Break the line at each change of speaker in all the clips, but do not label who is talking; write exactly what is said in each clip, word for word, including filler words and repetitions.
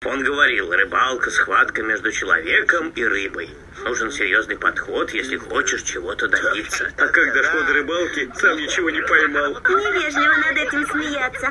Он говорил, рыбалка, схватка между человеком и рыбой. Нужен серьезный подход, если хочешь чего-то добиться.
А как дошло до рыбалки, сам ничего не поймал.
Невежливо над этим смеяться.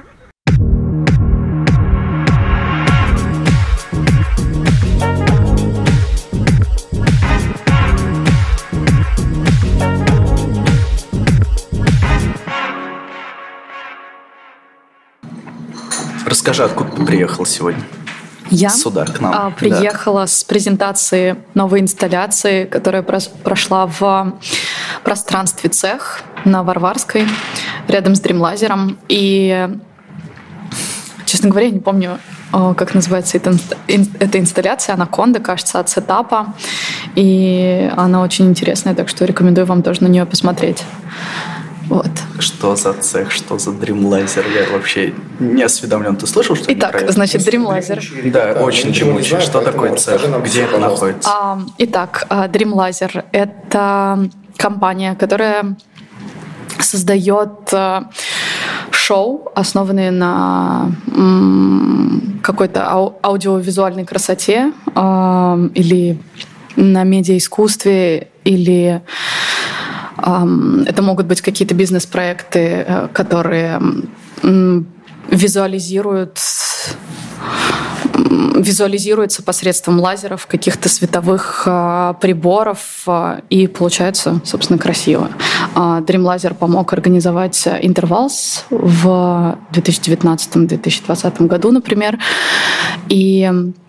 Расскажи, откуда ты приехал сегодня?
Я
Сюда, к нам.
а, приехала да. с презентации новой инсталляции, которая прос- прошла в пространстве «Цех» на Варварской, рядом с Дримлазером. И, честно говоря, я не помню, как называется эта, эта инсталляция. Анаконда, кажется, от Сетапа. И она очень интересная, так что рекомендую вам тоже на нее посмотреть. Вот.
Что за цех, что за Дримлазер? Я вообще не осведомлен. Ты слышал, что
Итак, значит, Дримлазер.
Да, да, очень дремучий. Что такое цех? Где это находится?
А, итак, Дримлазер – это компания, которая создает шоу, основанные на какой-то ау- аудиовизуальной красоте или на медиаискусстве, или это могут быть какие-то бизнес-проекты, которые визуализируют, визуализируются посредством лазеров, каких-то световых приборов, и получается, собственно, красиво. Дримлазер помог организовать Интервалс в две тысячи девятнадцатом - две тысячи двадцатом году, например. И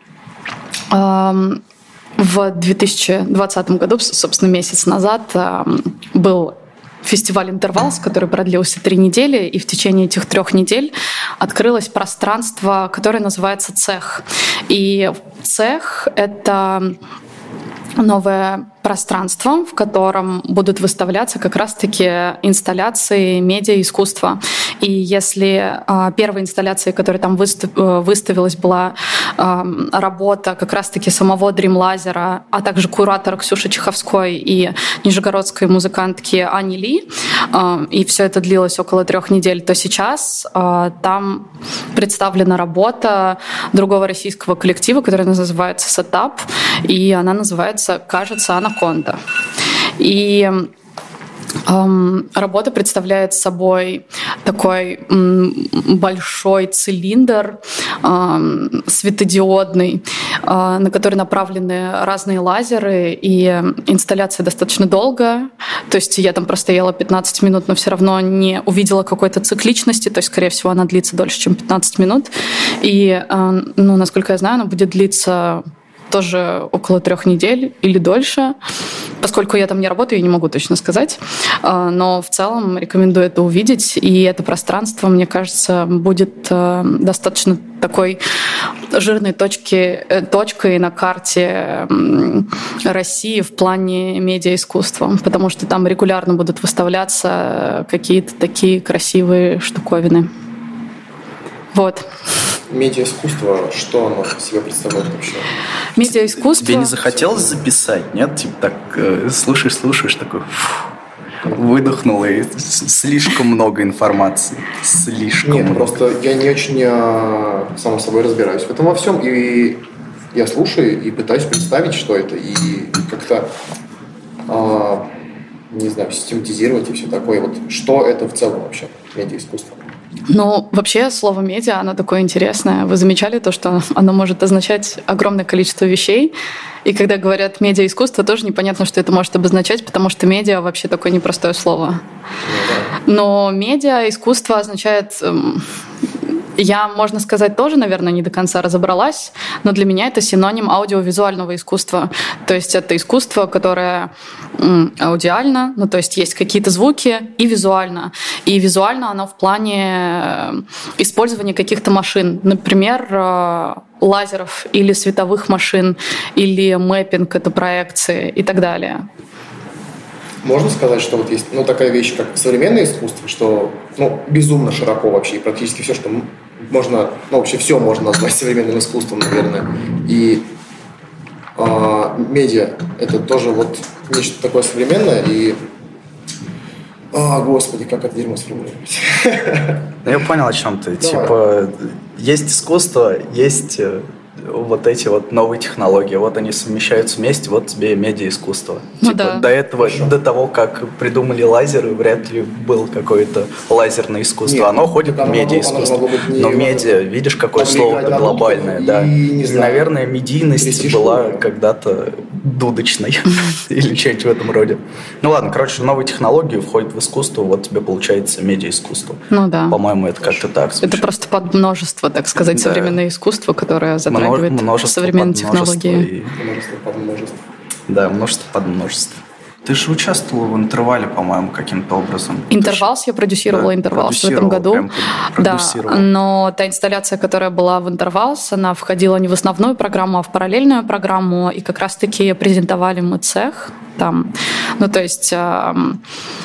в две тысячи двадцатом году, собственно, месяц назад, был фестиваль «Интервалс», который продлился три недели, и в течение этих трех недель открылось пространство, которое называется «Цех». И «Цех» — это новое пространство, в котором будут выставляться как раз-таки инсталляции медиа-искусства. И если э, первой инсталляцией, которая там выстав, э, выставилась, была э, работа как раз-таки самого Дримлазера, а также куратора Ксюши Чеховской и нижегородской музыкантки Ани Ли, э, и все это длилось около трех недель, то сейчас э, там представлена работа другого российского коллектива, который называется «Сетап», и она называется, кажется, «Анаконда». И эм, работа представляет собой такой м, большой цилиндр эм, светодиодный, э, на который направлены разные лазеры, и инсталляция достаточно долгая. То есть я там простояла пятнадцать минут, но все равно не увидела какой-то цикличности, то есть, скорее всего, она длится дольше, чем пятнадцать минут. И, э, ну, насколько я знаю, она будет длиться тоже около трех недель или дольше. Поскольку я там не работаю, я не могу точно сказать. Но в целом рекомендую это увидеть. И это пространство, мне кажется, будет достаточно такой жирной точки, точкой на карте России в плане медиаискусства. Потому что там регулярно будут выставляться какие-то такие красивые штуковины. Вот.
Медиаискусство, что оно себе представляет вообще?
Медиаискусство...
Тебе не захотелось записать, нет? Типа так э, слушаешь, слушаешь, такой фу, выдохнул, и слишком много информации. Слишком
Нет,
много.
просто я не очень а, сам собой разбираюсь в этом во всем, и я слушаю и пытаюсь представить, что это, и как-то, а, не знаю, систематизировать и все такое. Вот что это в целом вообще медиаискусство?
Ну, вообще, слово «медиа», оно такое интересное. Вы замечали то, что оно может означать огромное количество вещей? И когда говорят «медиаискусство», тоже непонятно, что это может обозначать, потому что «медиа» вообще такое непростое слово. Но «медиаискусство» означает... Я, можно сказать, тоже, наверное, не до конца разобралась, но для меня это синоним аудиовизуального искусства. То есть это искусство, которое м, аудиально, ну то есть есть какие-то звуки, и визуально. И визуально оно в плане использования каких-то машин. Например, лазеров или световых машин, или мэппинг — это проекции и так далее.
Можно сказать, что вот есть ну, такая вещь, как современное искусство, что ну, безумно широко вообще, и практически все, что можно, ну вообще все можно назвать современным искусством, наверное. И э, медиа – это тоже вот нечто такое современное, и о, господи, как это дерьмо сформулировать.
Ну, я понял, о чем ты. Давай. Типа, есть искусство, есть вот эти вот новые технологии, вот они совмещаются вместе, вот тебе медиаискусство.
Ну,
типа,
да.
До этого, Хорошо. До того, как придумали лазеры, вряд ли было какое-то лазерное искусство.
Нет,
оно ходит в медиаискусство. Но медиа, видишь, какое слово-то глобальное, да. И, наверное, медийность была когда-то дудочной или что-нибудь в этом роде. Ну ладно, короче, новые технологии входят в искусство, вот тебе получается медиаискусство.
Ну да.
По-моему, это как-то так звучит.
Это просто подмножество, так сказать, да. современное искусство, которое затрагивает
множество
современные технологии.
И... Множество подмножеств. Да, множество подмножеств. Ты же участвовала в интервале, по-моему, каким-то образом.
Интервалс, я продюсировала да, интервалс в этом году. Да, но та инсталляция, которая была в интервалс, она входила не в основную программу, а в параллельную программу, и как раз-таки презентовали мы цех там. Ну, то есть эм,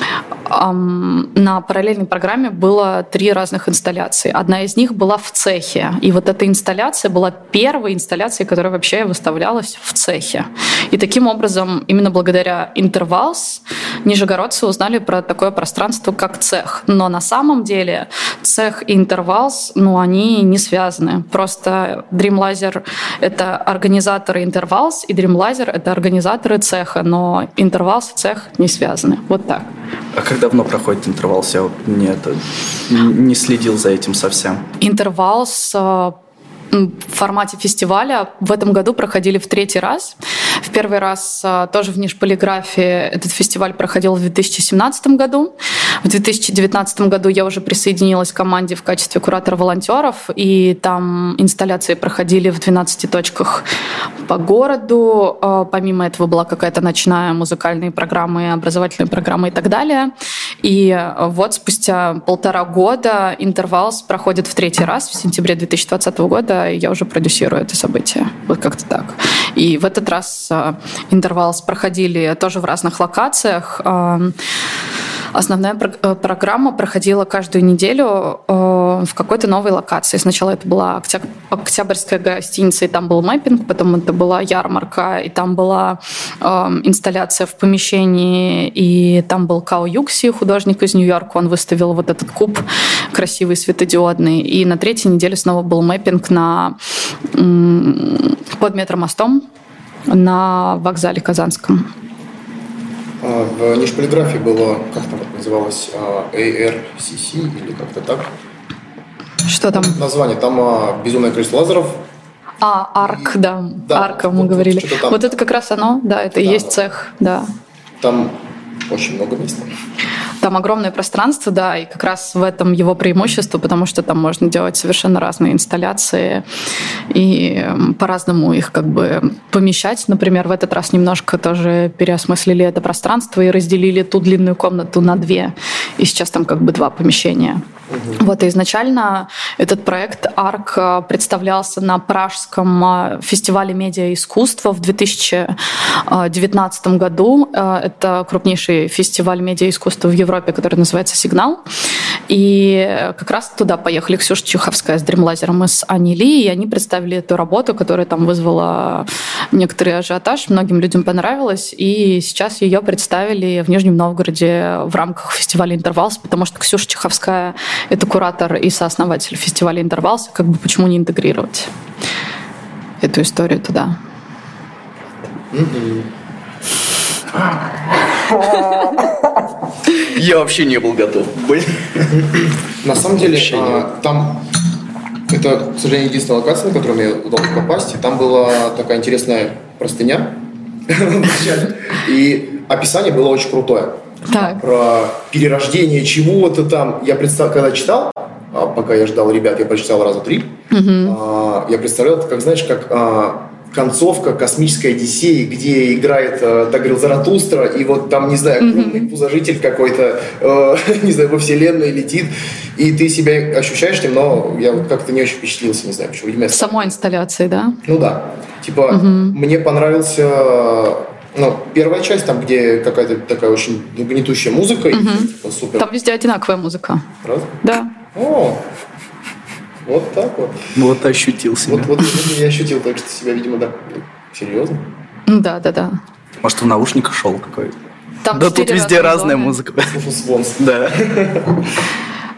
эм, на параллельной программе было три разных инсталляции. Одна из них была в цехе. И вот эта инсталляция была первой инсталляцией, которая вообще выставлялась в цехе. И таким образом, именно благодаря интервалс, нижегородцы узнали про такое пространство, как цех. Но на самом деле цех и интервалс, ну, они не связаны. Просто Dreamlaser — это организаторы интервалс, и Dreamlaser — это организаторы цеха. Но интервалс и цех не связаны. Вот так.
А как давно проходит интервалс? Я вот не, это, не следил за этим совсем.
Интервалс в формате фестиваля в этом году проходили в третий раз. В первый раз тоже в Нижполиграфе этот фестиваль проходил в две тысячи семнадцатом году. В две тысячи девятнадцатом году я уже присоединилась к команде в качестве куратора-волонтеров, и там инсталляции проходили в двенадцати точках по городу. Помимо этого была какая-то ночная музыкальная программа, образовательная программа и так далее. И вот спустя полтора года интервалс проходит в третий раз, в сентябре две тысячи двадцатого года, и я уже продюсирую это событие. Вот как-то так. И в этот раз интервалс проходили тоже в разных локациях. Основная программа проходила каждую неделю в какой-то новой локации. Сначала это была Октябрьская гостиница, и там был мэппинг, потом это была ярмарка, и там была инсталляция в помещении, и там был Као Юкси, художник из Нью-Йорка, он выставил вот этот куб красивый, светодиодный. И на третьей неделе снова был мэппинг на... под метромостом на вокзале Казанском.
В Нижполиграфии было, как там это называлось, эй ар си си или как-то так?
Что там?
Название. Там «Безумное количество лазеров».
А, арк, и... да.
да.
Арка, мы
вот,
говорили.
Вот,
вот это как раз оно, да, это да, и есть
вот.
Цех, да.
Там очень много места.
Там огромное пространство, да, и как раз в этом его преимущество, потому что там можно делать совершенно разные инсталляции и по-разному их как бы помещать. Например, в этот раз немножко тоже переосмыслили это пространство и разделили ту длинную комнату на две. И сейчас там как бы два помещения. Угу. Вот, и изначально этот проект «Арк» представлялся на Пражском фестивале медиаискусства в две тысячи девятнадцатом году. Это крупнейший фестиваль медиаискусства в Европе, который называется «Сигнал». И как раз туда поехали Ксюша Чеховская с Dreamlaser и с Аней Ли, и они представили эту работу, которая там вызвала некоторый ажиотаж, многим людям понравилось, и сейчас ее представили в Нижнем Новгороде в рамках фестиваля «Интервалс», потому что Ксюша Чеховская — это куратор и сооснователь фестиваля «Интервалс», как бы почему не интегрировать эту историю туда?
Я вообще не был готов.
На самом деле, а, там это, к сожалению, единственная локация, на которую мне удалось попасть. И там была такая интересная простыня. И описание было очень крутое.
Так.
Про перерождение чего-то там. Я представлял, когда читал, пока я ждал ребят, я прочитал раза три. Угу. Я представлял это, как, знаешь, как концовка космической Одиссеи, где играет, так говорил, Заратустра, и вот там, не знаю, огромный пузожитель какой-то, э, не знаю, во вселенной летит, и ты себя ощущаешь тем, но я вот как-то не очень впечатлился, не знаю, почему. Видимо,
в самой инсталляции, да?
Ну да. Типа, угу. Мне понравился, ну, первая часть, там, где какая-то такая очень гнетущая музыка, угу. И, типа, супер.
Там везде одинаковая музыка.
Правда?
Да.
О, вот так вот.
Вот ощутил себя.
Вот, вот я ощутил так, что себя, видимо, да. Серьезно?
Да, да, да.
Может, в наушниках шел какой-то?
Там
да тут везде разная
зоны.
Музыка.
Слушал Свонс.
Да.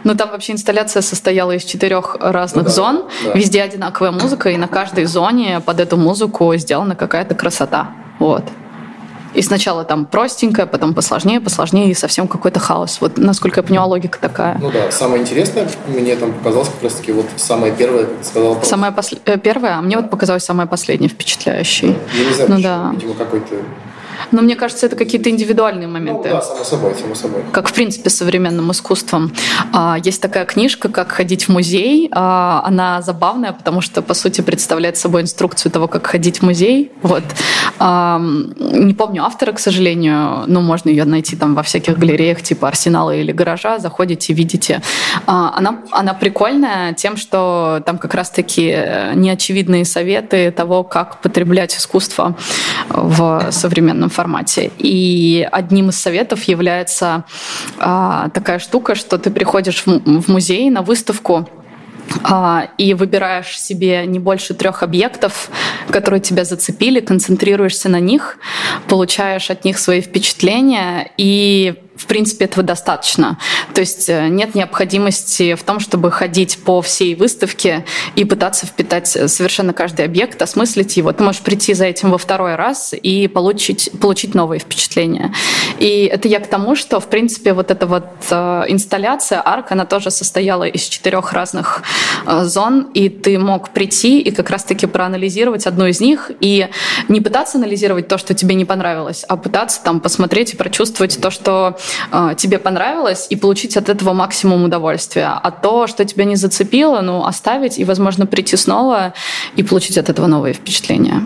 Ну, там вообще инсталляция состояла из четырех разных
Ну, да,
зон.
да.
Везде одинаковая музыка, и на каждой зоне под эту музыку сделана какая-то красота. Вот. И сначала там простенькое, потом посложнее, посложнее, и совсем какой-то хаос. Вот, насколько я поняла, логика такая.
Ну да, самое интересное мне там показалось как раз-таки вот самое первое, как ты сказала.
Самое посл... э, первое, а мне вот показалось самое последнее впечатляющее.
Я не знаю,
ну,
почему,
да.
видимо, какой-то...
Но мне кажется, это какие-то индивидуальные моменты.
Ну да, само собой, само собой.
Как, в принципе, с современным искусством. А, есть такая книжка «Как ходить в музей». А, она забавная, потому что, по сути, представляет собой инструкцию того, как ходить в музей. Вот. А, не помню автора, к сожалению, но можно ее найти там во всяких галереях типа «Арсенала» или «Гаража». Заходите, видите. А, она, она прикольная тем, что там как раз-таки неочевидные советы того, как потреблять искусство в современном формате. И одним из советов является а, такая штука, что ты приходишь в, в музей на выставку а, и выбираешь себе не больше трех объектов, которые тебя зацепили, концентрируешься на них, получаешь от них свои впечатления, и в принципе, этого достаточно. То есть нет необходимости в том, чтобы ходить по всей выставке и пытаться впитать совершенно каждый объект, осмыслить его. Ты можешь прийти за этим во второй раз и получить, получить новые впечатления. И это я к тому, что, в принципе, вот эта вот инсталляция, арк, она тоже состояла из четырех разных зон, и ты мог прийти и как раз-таки проанализировать одну из них и не пытаться анализировать то, что тебе не понравилось, а пытаться там посмотреть и прочувствовать то, что тебе понравилось, и получить от этого максимум удовольствия. А то, что тебя не зацепило, ну, оставить и, возможно, прийти снова и получить от этого новые впечатления.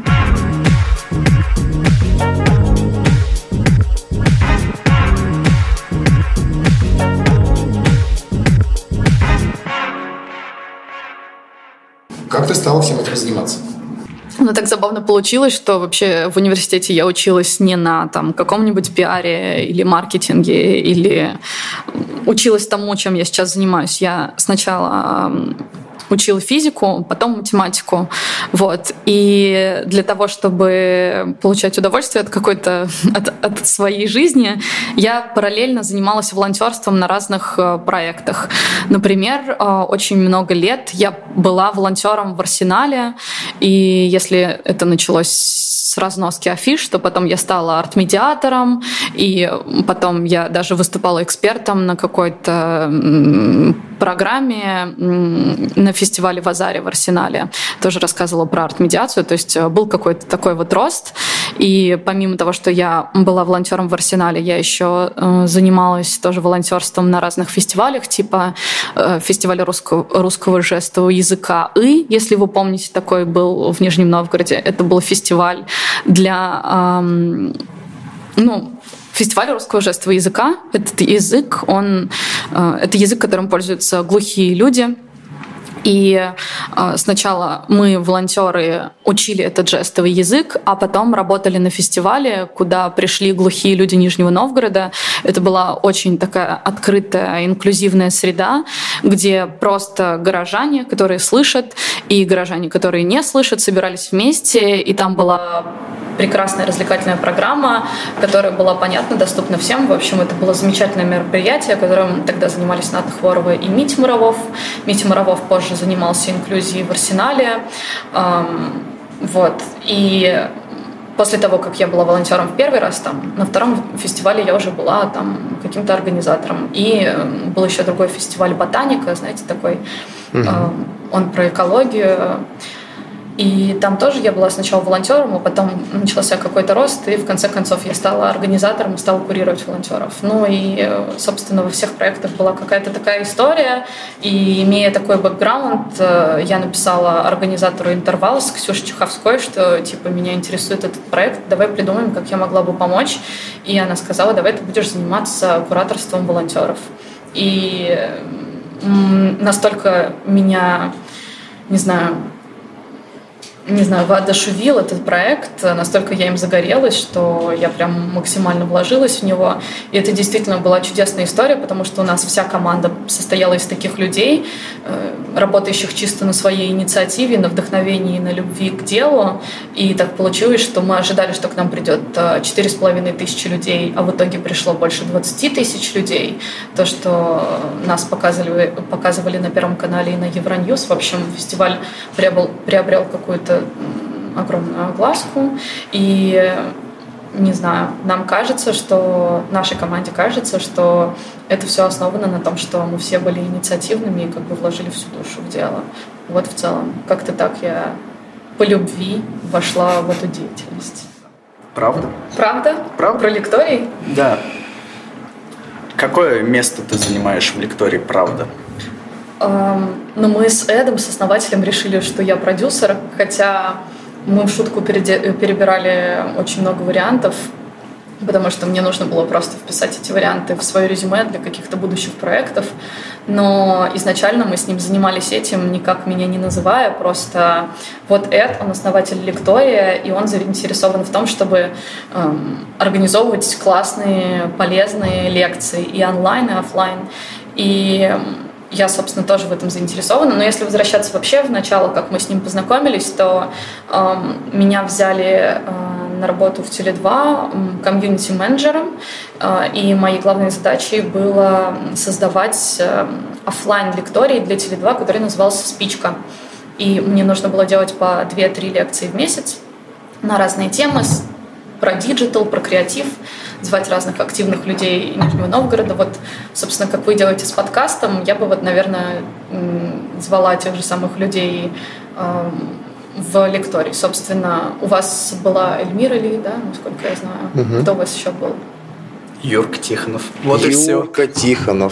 Как ты стала всем этим заниматься?
Ну, так забавно получилось, что вообще в университете я училась не на там, каком-нибудь пиаре или маркетинге, или училась тому, чем я сейчас занимаюсь. Я сначала учила физику, потом математику. Вот. И для того, чтобы получать удовольствие от какой-то от, от своей жизни, я параллельно занималась волонтерством на разных проектах. Например, очень много лет я была волонтером в Арсенале, и если это началось с разноски афиш, то потом я стала арт-медиатором, и потом я даже выступала экспертом на какой-то программе на фестивале в Азаре в Арсенале. Тоже рассказывала про арт-медиацию, то есть был какой-то такой вот рост. И помимо того, что я была волонтером в Арсенале, я еще занималась тоже волонтерством на разных фестивалях, типа фестиваля русского, русского жестового языка «И», если вы помните, такой был в Нижнем Новгороде. Это был фестиваль для... Эм, ну, Фестиваль русского жестового языка. Этот язык, он, это язык, которым пользуются глухие люди. И сначала мы, волонтеры, учили этот жестовый язык, а потом работали на фестивале, куда пришли глухие люди Нижнего Новгорода. Это была очень такая открытая, инклюзивная среда, где просто горожане, которые слышат, и горожане, которые не слышат, собирались вместе, и там была прекрасная развлекательная программа, которая была понятна, доступна всем. В общем, это было замечательное мероприятие, которым тогда занимались Ната Хворова и Митя Муравов. Митя Муравов позже занимался инклюзией в Арсенале. Вот. И после того, как я была волонтером в первый раз, там, на втором фестивале я уже была там каким-то организатором. И был еще другой фестиваль «Ботаника», знаете, такой. Угу. Он про экологию. И там тоже я была сначала волонтером, а потом начался какой-то рост, и в конце концов я стала организатором и стала курировать волонтеров. Ну и, собственно, во всех проектах была какая-то такая история, и имея такой бэкграунд, я написала организатору «Интервалс» Ксюше Чеховской, что типа меня интересует этот проект, давай придумаем, как я могла бы помочь. И она сказала, давай ты будешь заниматься кураторством волонтеров. И настолько меня, не знаю, не знаю, воодушевил этот проект, настолько я им загорелась, что я прям максимально вложилась в него. И это действительно была чудесная история, потому что у нас вся команда состояла из таких людей, работающих чисто на своей инициативе, на вдохновении, на любви к делу. И так получилось, что мы ожидали, что к нам придет четыре с половиной тысячи людей, а в итоге пришло больше двадцать тысяч людей. То, что нас показывали, показывали на Первом канале и на Евроньюз. В общем, фестиваль приобрел, приобрел какую-то огромную огласку. И, не знаю, нам кажется, что, нашей команде кажется, что это все основано на том, что мы все были инициативными и как бы вложили всю душу в дело. Вот в целом. Как-то так я по любви вошла в эту деятельность.
Правда?
Правда?
Правда?
Про лекторий?
Да. Какое место ты занимаешь в лектории «Правда»?
Эм, ну, мы с Эдом, с основателем, решили, что я продюсер, хотя мы в шутку переде- перебирали очень много вариантов, потому что мне нужно было просто вписать эти варианты в свое резюме для каких-то будущих проектов. Но изначально мы с ним занимались этим, никак меня не называя, просто вот Эд, он основатель лектория, и он заинтересован в том, чтобы эм, организовывать классные, полезные лекции и онлайн, и офлайн. И я, собственно, тоже в этом заинтересована. Но если возвращаться вообще в начало, как мы с ним познакомились, то э, меня взяли э, на работу в Теле два комьюнити-менеджером, э, и моей главной задачей было создавать э, офлайн-лекторий для Теле два, который назывался «Спичка». И мне нужно было делать по две-три лекции в месяц на разные темы, про диджитал, про креатив, звать разных активных людей Нижнего Новгорода. Вот, собственно, как вы делаете с подкастом, я бы, вот, наверное, звала тех же самых людей э, в лекторий. Собственно, у вас была Эльмира Ли, да, насколько я знаю. Угу. Кто у вас еще был?
Юрка Тихонов. Вот и все.
Юрка Тихонов.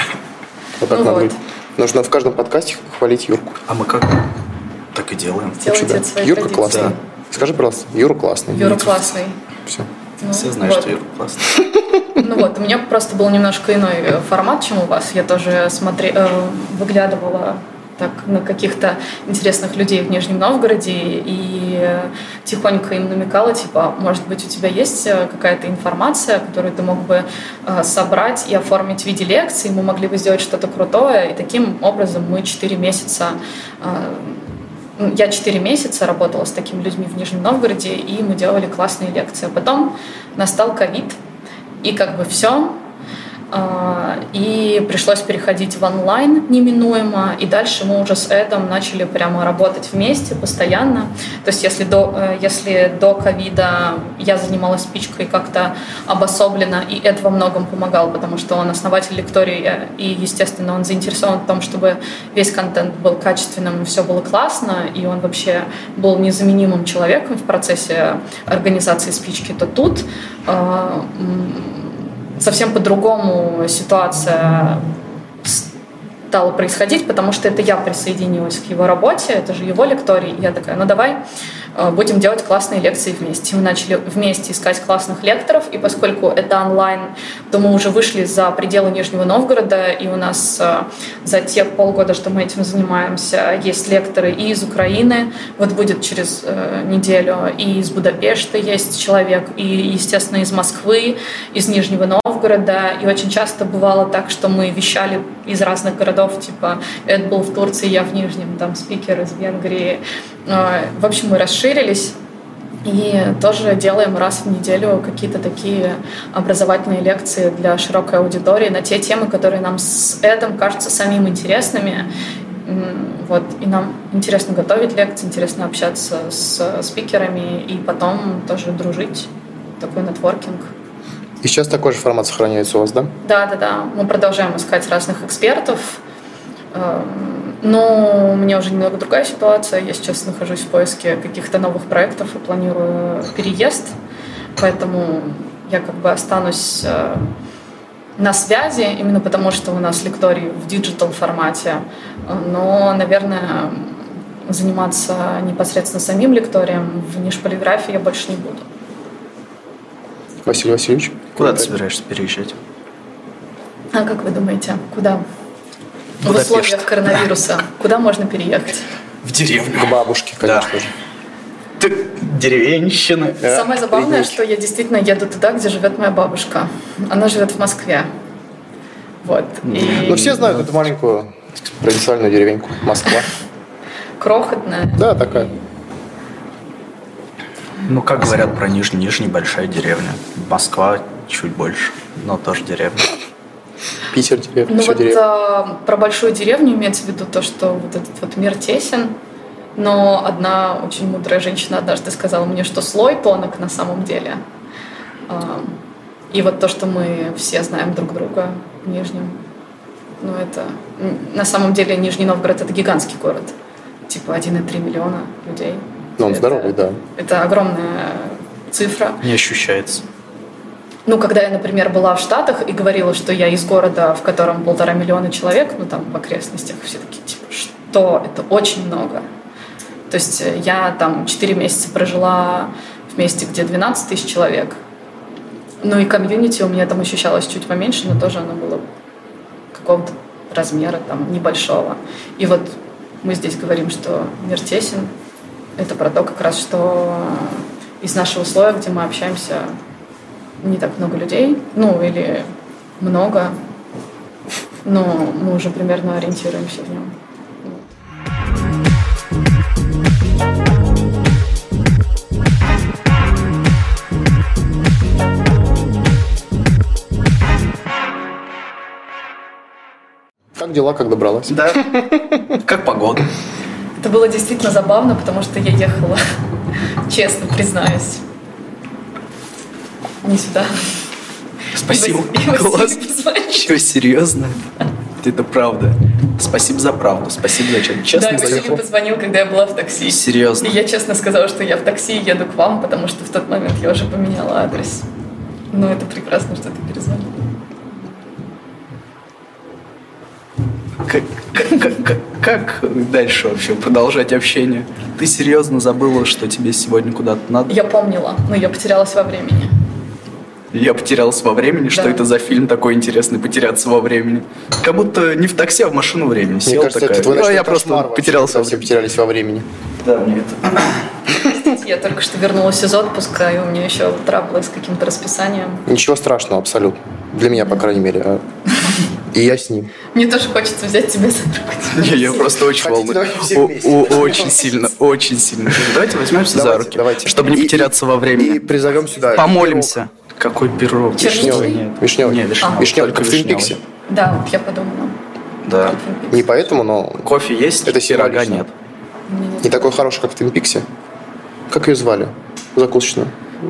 Вот так надо быть. Нужно в каждом подкасте хвалить Юрку.
А мы как? Так и делаем.
Делайте это своей
Юрка
традицией.
классный. Скажи, пожалуйста, Юра классный.
Юра классный.
Все.
Ну,
все знают,
вот.
что Юра классный.
Ну вот, у меня просто был немножко иной формат, чем у вас. Я тоже смотре... э, выглядывала так на каких-то интересных людей в Нижнем Новгороде и тихонько им намекала, типа, может быть, у тебя есть какая-то информация, которую ты мог бы э, собрать и оформить в виде лекции, мы могли бы сделать что-то крутое, и таким образом мы четыре месяца... Э, Я четыре месяца работала с такими людьми в Нижнем Новгороде, и мы делали классные лекции. А потом настал ковид, и как бы все. И пришлось переходить в онлайн неминуемо. И дальше мы уже с Эдом начали прямо работать вместе постоянно. То есть если до, если до ковида я занималась спичкой как-то обособленно, и Эд во многом помогал, потому что он основатель лектории, и, естественно, он заинтересован в том, чтобы весь контент был качественным, и все было классно, и он вообще был незаменимым человеком в процессе организации спички, то тут э, совсем по-другому ситуация стала происходить, потому что это я присоединилась к его работе, это же его лекторий. И я такая, ну давай будем делать классные лекции вместе. Мы начали вместе искать классных лекторов, и поскольку это онлайн, то мы уже вышли за пределы Нижнего Новгорода, и у нас за те полгода, что мы этим занимаемся, есть лекторы и из Украины, вот будет через неделю, и из Будапешта есть человек, и, естественно, из Москвы, из Нижнего Новгорода, и очень часто бывало так, что мы вещали из разных городов, типа Эд был в Турции, я в Нижнем, там спикер из Венгрии. В общем, мы расширились и тоже делаем раз в неделю какие-то такие образовательные лекции для широкой аудитории на те темы, которые нам с Эдом кажутся самим интересными. Вот. И нам интересно готовить лекции, интересно общаться с спикерами и потом тоже дружить. Такой нетворкинг.
И сейчас такой же формат сохраняется у вас, да?
Да, да, да. Мы продолжаем искать разных экспертов. Но у меня уже немного другая ситуация. Я сейчас нахожусь в поиске каких-то новых проектов и планирую переезд. Поэтому я как бы останусь на связи, именно потому что у нас лекторий в диджитал формате. Но, наверное, заниматься непосредственно самим лекторием в нишполиграфии я больше не буду.
Василий Васильевич?
Куда ты собираешься переезжать?
А как вы думаете, куда? В
Будапешт.
условиях коронавируса. Куда можно переехать?
В деревню.
К бабушке, конечно
Да.
же.
деревенщины.
Самое забавное, что я действительно еду туда, где живет моя бабушка. Она живет в Москве. Вот. И...
Ну, все знают эту маленькую провинциальную деревеньку. Москва.
Крохотная.
Да, такая.
Ну, как говорят про Нижний, Нижний большая деревня. Москва чуть больше, но тоже деревня.
Питер деревня,
Ну
все
вот
деревня.
а, про большую деревню имеется в виду то, что вот этот вот мир тесен, но одна очень мудрая женщина однажды сказала мне, что слой тонок на самом деле. А, и вот то, что мы все знаем друг друга в Нижнем, ну это... На самом деле Нижний Новгород — это гигантский город. Типа один и три миллиона людей.
Ну, он
Это-
здоровый, да.
Это огромная цифра.
Не ощущается.
Ну, когда я, например, была в Штатах и говорила, что я из города, в котором полтора миллиона человек, ну, там, в окрестностях, все такие, типа, что? Это очень много. То есть я там четыре месяца прожила в месте, где двенадцать тысяч человек. Ну, и комьюнити у меня там ощущалось чуть поменьше, но тоже оно было какого-то размера, там, небольшого. И вот мы здесь говорим, что мир тесен. Это про то, как раз, что из нашего слоя, где мы общаемся, не так много людей, ну, или много, но мы уже примерно ориентируемся в нем.
Как дела, как добралась?
Да. Как погода.
Это было действительно забавно, потому что я ехала, честно признаюсь, не сюда.
Спасибо.
И Василий
Класс.
позвонил.
Че, серьезно? Это правда. Спасибо за правду. Спасибо за честно.
Да,
Честно
и Василий
заехал.
позвонил, когда я была в такси.
Серьезно.
И я честно сказала, что я в такси еду к вам, потому что в тот момент я уже поменяла адрес. Но это прекрасно, что ты перезвонил.
Как, как, как, как, как дальше вообще продолжать общение? Ты серьезно забыла, что тебе сегодня куда-то надо?
Я помнила, но я потерялась во времени.
Я потерялся во времени. Что
Да.
это за фильм такой интересный «Потеряться во времени»? Как будто не в такси, а в машину времени
Мне
сел.
кажется,
такая,
это твой
«Ну,
ночной
я просто
кошмар вообще,
потерялся
когда
во
все
времени».
потерялись во времени.
Да, мне это...
Я только что вернулась из отпуска, и у меня еще траблы с каким-то расписанием.
Ничего страшного, абсолютно. Для меня, по крайней мере. а- И я с ним.
Мне тоже хочется взять тебя за руку.
Не, я просто очень
Хотите,
волнуюсь.
давайте все
О-
вместе.
о- Очень сильно, очень сильно. Давайте возьмемся за
Давайте,
руки,
давайте.
чтобы не
И-
потеряться во
И
времени.
призовем сюда.
Помолимся. Какой пирог?
Черничный?
Нет.
Вишневый.
Не, вишневый.
Вишневый,
Только
как в
вишневый.
Твин-Пиксе.
Да, вот я подумала.
Да.
Не поэтому, но
Кофе есть,
Это
пирога
символично.
нет.
Мне нет.
не такой хороший, как в Твин Пиксе. Как ее звали? Закусочную.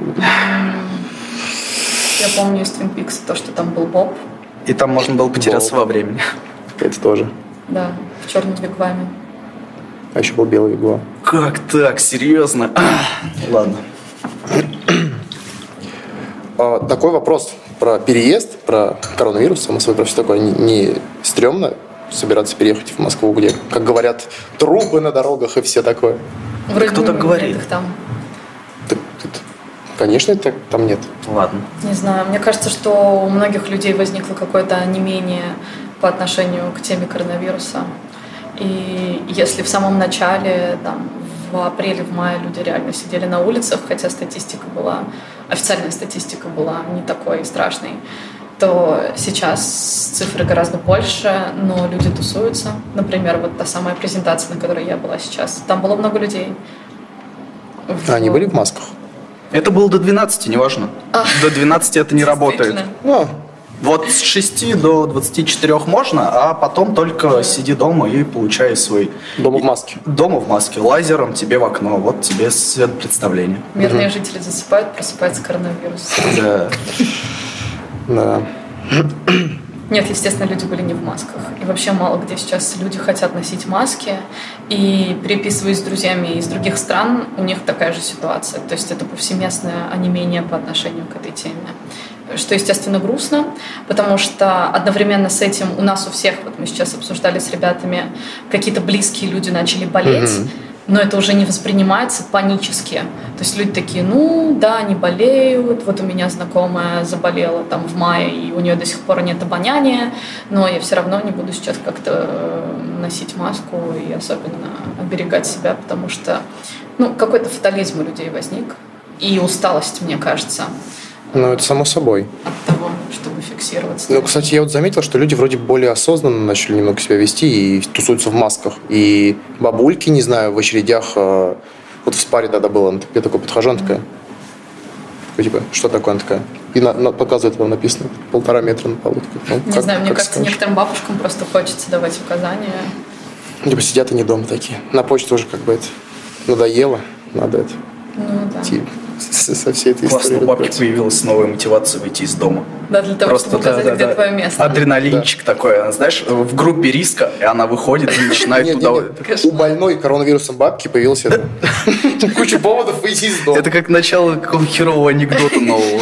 Я помню из Twin Peaks то, что там был Боб.
И там можно было потеряться во времени.
Это тоже.
Да, в черном вигваме.
А еще был белый игла.
Как так? Серьезно? Ладно.
А, такой вопрос про переезд, про коронавирус, само собой, про все такое. Не, не стрёмно собираться переехать в Москву, где, как говорят, трупы на дорогах и все такое?
Вроде
Кто
бы
так
нет
говорит?
их там.
Так, это- конечно, так, там нет.
Ладно.
Не знаю, мне кажется, что у многих людей возникло какое-то онемение по отношению к теме коронавируса. И если в самом начале, там, в апреле, в мае люди реально сидели на улицах, хотя статистика была, официальная статистика была не такой страшной, то сейчас цифры гораздо больше, но люди тусуются. Например, вот та самая презентация, на которой я была сейчас, там было много людей. В-
А они были в масках?
Это было до двенадцати, неважно.
А.
До двенадцати это не работает.
Действительно.
Ну,
Вот с шести до двадцати четырёх можно, а потом только сиди дома и получай свой...
дома в маске.
Дома в маске, лазером тебе в окно. Вот тебе свет представления.
Мирные жители засыпают, просыпается коронавирус.
Да.
Да.
Нет, естественно, люди были не в масках. И вообще мало где сейчас люди хотят носить маски. И переписываясь с друзьями из других стран, у них такая же ситуация. То есть это повсеместное онемение по отношению к этой теме. Что, естественно, грустно, потому что одновременно с этим у нас у всех, вот мы сейчас обсуждали с ребятами, какие-то близкие люди начали болеть,
Мгм.
но это уже не воспринимается панически. То есть люди такие, ну да, они болеют, вот у меня знакомая заболела там в мае, и у нее до сих пор нет обоняния, но я все равно не буду сейчас как-то носить маску и особенно оберегать себя, потому что Ну, какой-то фатализм у людей возник. И усталость, мне кажется.
Ну, это само собой.
От того, чтобы фиксироваться.
Ну, кстати, я вот заметил, что люди вроде более осознанно начали немного себя вести и тусуются в масках. И бабульки, не знаю, в очередях... Вот в спаре тогда было, я такой подхожу, она такая... Типа, что такое? Она такая... И на, на, показывает, вам написано, полтора метра на полу. Ну,
не
как,
знаю, мне
как
кажется,
скажешь.
некоторым бабушкам просто хочется давать указания.
Либо сидят они дома такие. На почту уже как бы это надоело. Надо это...
Ну, да.
Идти со, со всей этой
Классно,
историей.
у бабки появилась новая мотивация выйти из дома.
Да, для того,
Просто,
чтобы указать,
да, да,
где
да.
твое место.
Адреналинчик такой, она, знаешь, в группе риска, и она выходит и начинает
Нет,
туда...
нет, нет. У больной коронавирусом бабки появилась это. Куча поводов выйти из дома.
Это как начало какого-то херового анекдота нового.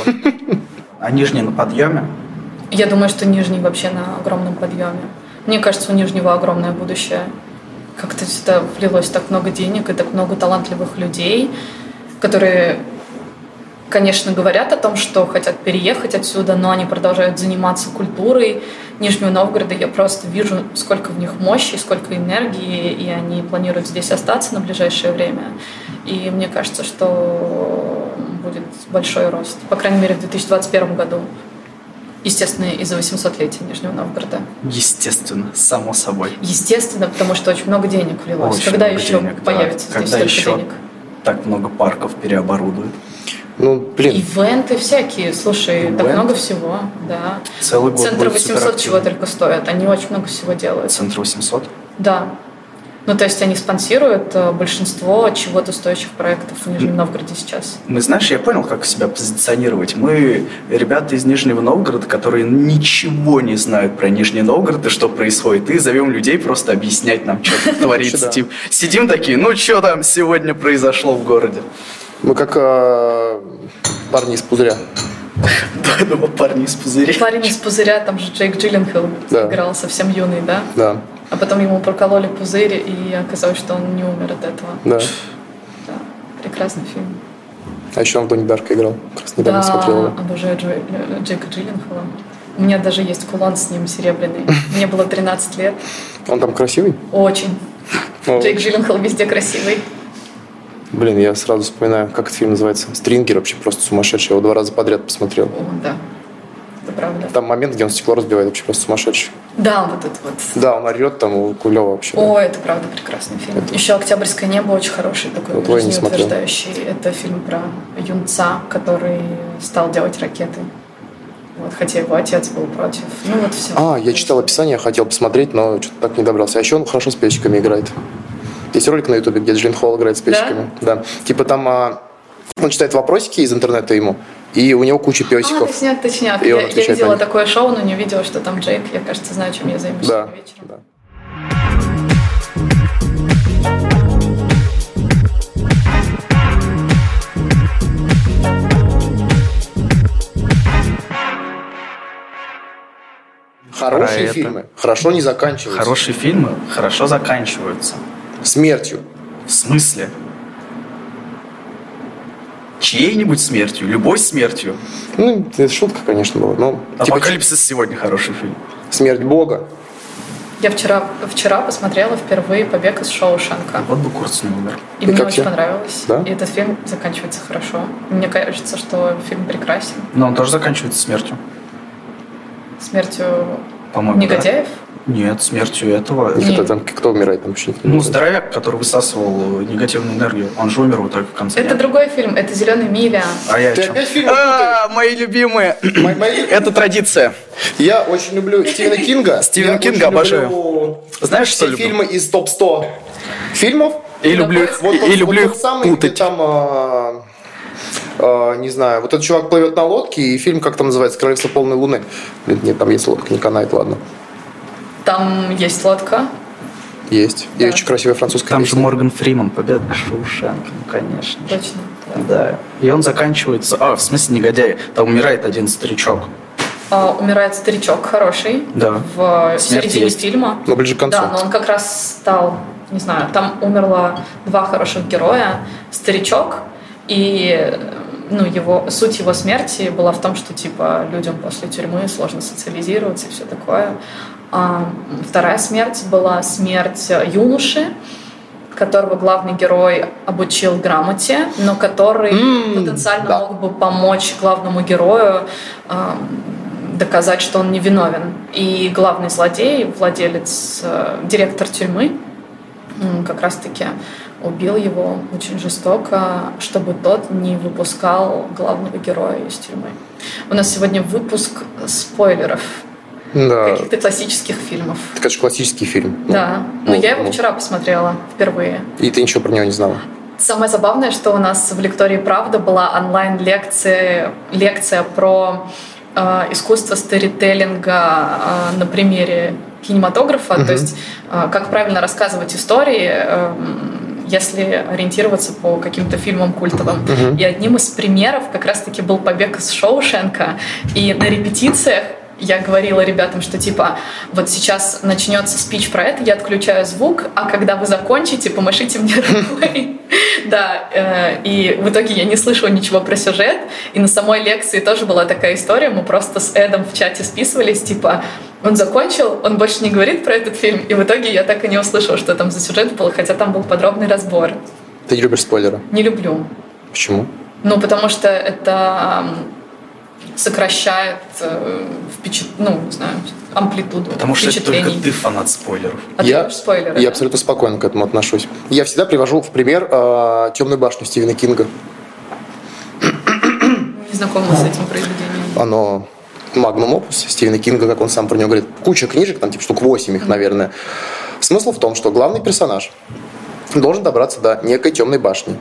А Нижний на подъеме?
Я думаю, что Нижний вообще на огромном подъеме. Мне кажется, у Нижнего огромное будущее. Как-то сюда влилось так много денег и так много талантливых людей, которые, конечно, говорят о том, что хотят переехать отсюда, но они продолжают заниматься культурой Нижнего Новгорода. Я просто вижу, сколько в них мощи, сколько энергии, и они планируют здесь остаться на ближайшее время. И мне кажется, что будет большой рост. По крайней мере, в две тысячи двадцать первом году. Естественно, из-за восьмисотлетия Нижнего Новгорода.
Естественно, само собой.
Естественно, потому что очень много денег влилось.
Очень
Когда
много
еще
денег, да.
появится здесь
Когда
столько
еще
денег?
Так много парков переоборудуют.
Ну, блин.
Ивенты всякие. Слушай, так
Ивенты?
много всего. Да.
Целый год
Центр
будет
восемьсот чего
суперактивно.
только стоят. Они очень много всего делают.
Центр восемьсот?
Да. Ну, то есть они спонсируют э, большинство чего-то стоящих проектов в Нижнем Новгороде сейчас.
Мы, знаешь, я понял, как себя позиционировать. Мы ребята из Нижнего Новгорода, которые ничего не знают про Нижний Новгород и что происходит. И зовем людей просто объяснять нам, что тут творится. Типа, сидим такие, ну что там сегодня произошло в городе?
Мы как э, парни из пузыря.
Да, думаю, парни из пузыря.
Парень из пузыря, там же Джейк Джилленхол
Да.
играл совсем юный, да?
Да.
А потом ему прокололи пузырь, и оказалось, что он не умер от этого.
Да.
Да. Прекрасный фильм.
А еще он в Донни Дарка играл. Как раз недавно
Да,
смотрел его.
обожаю Джей, Джейка Джилленхола. У меня даже есть кулон с ним серебряный. Мне было тринадцать лет.
Он там красивый?
Очень.
О.
Джейк Джилленхол везде красивый.
Блин, я сразу вспоминаю, как этот фильм называется. «Стрингер» вообще просто сумасшедший. Я его два раза подряд посмотрел.
О, да. Это правда.
Там момент, где он стекло разбивает, вообще просто сумасшедший.
Да, вот это вот.
Да, он орет там, у Кулева вообще.
О, это правда прекрасный фильм.
Это-
Еще «Октябрьское небо» очень хороший, такой
Вот его я не смотрел.
жизнеутверждающий. Это фильм про юнца, который стал делать ракеты. Вот, хотя его отец был против. Ну вот все.
А, я читал описание, хотел посмотреть, но что-то так не добрался. А еще он хорошо с песиками играет. Есть ролик на ютубе, где Джилленхол играет с песиками. Да? Типа там а, он читает вопросики из интернета ему, и у него куча
А,
песиков.
точняк, точняк.
И
Я,
он
я
отвечает на
видела
них.
такое шоу, но не видела, что там Джейк. Я, кажется, знаю, чем я займусь
Да,
сегодня вечером.
да. Хорошие
Про это.
фильмы хорошо не заканчиваются.
Хорошие фильмы хорошо заканчиваются.
Смертью.
В смысле? Чьей-нибудь смертью, любой смертью.
Ну, это шутка, конечно, была. Но, типа,
Апокалипсис сегодня хороший фильм.
смерть Бога.
Я вчера, вчера посмотрела впервые «Побег из Шоушенка».
Вот бы Курц не умер.
И,
И
мне
как
очень
тебе?
понравилось.
Да?
И этот фильм заканчивается хорошо. Мне кажется, что фильм прекрасен.
Но он тоже заканчивается смертью.
Смертью
По-моему,
негодяев.
да? Нет, смертью этого.
Нет.
Это там кто умирает, там вообще никто не
Ну,
знает.
здоровяк, который высасывал негативную энергию. Он же умер вот только в конце.
Это другой фильм, это «Зеленая миля».
А я о
Ты
чем?
опять фильм
А, мои любимые.
Мои- мои-
Это традиция.
Я очень люблю Стивена Кинга.
Стивена
Я
Кинга
очень
обожаю.
люблю
Знаешь, что
все
люблю?
фильмы из топ сто фильмов.
И люблю их,
Вот тот-
и люблю
вот
их
тот самый, где
путать.
там, а, а, не знаю, вот этот чувак плывет на лодке, и фильм, как там называется, «Королевство полной луны». Блин, нет, там есть лодка, не канает, ладно.
Там есть лодка.
Есть.
Да.
И очень красивая французская
Там же
песня.
Морган Фриман, «Победа Шоушенка», ну, конечно.
Точно.
Да. И он заканчивается... А, в смысле негодяй. Там умирает один старичок.
А, умирает старичок хороший.
Да.
В
Смерть
середине
есть.
фильма.
Но ближе к концу.
Да, но он как раз стал, не знаю, там умерло два хороших героя. Старичок и ну, его, суть его смерти была в том, что типа людям после тюрьмы сложно социализироваться и все такое. А вторая смерть была смерть юноши, которого главный герой обучил грамоте, но который mm, потенциально да. мог бы помочь главному герою э, доказать, что он невиновен. И главный злодей, владелец, э, директор тюрьмы, э, как раз-таки убил его очень жестоко, чтобы тот не выпускал главного героя из тюрьмы. У нас сегодня выпуск спойлеров.
Да.
Каких-то классических фильмов.
Это, конечно, классический фильм.
Да,
ну,
но ну, я его
ну.
вчера посмотрела впервые.
И ты ничего про него не знала?
Самое забавное, что у нас в лектории «Правда» была онлайн-лекция лекция про э, искусство сторителлинга э, на примере кинематографа, uh-huh. то есть э, как правильно рассказывать истории, э, если ориентироваться по каким-то фильмам культовым. Uh-huh. И одним из примеров как раз-таки был «Побег из Шоушенка», и на репетициях я говорила ребятам, что типа вот сейчас начнется спич про это, я отключаю звук, а когда вы закончите, помашите мне рукой. Да, и в итоге я не слышала ничего про сюжет, и на самой лекции тоже была такая история, мы просто с Эдом в чате списывались, типа он закончил, он больше не говорит про этот фильм, и в итоге я так и не услышала, что там за сюжет был, хотя там был подробный разбор.
Ты не любишь спойлеры?
Не люблю.
Почему?
Ну, потому что это сокращает э, впечат... ну, не знаю, амплитуду
Потому что это
впечатлений.
только ты фанат спойлеров.
А
я,
ты любишь спойлеры?
Я
да?
абсолютно спокойно к этому отношусь. Я всегда привожу в пример э, «Темную башню» Стивена Кинга.
Не знакома с этим произведением.
Оно магнум опус Стивена Кинга, как он сам про него говорит. Куча книжек, там типа штук восемь их, наверное. Смысл в том, что главный персонаж должен добраться до некой темной башни.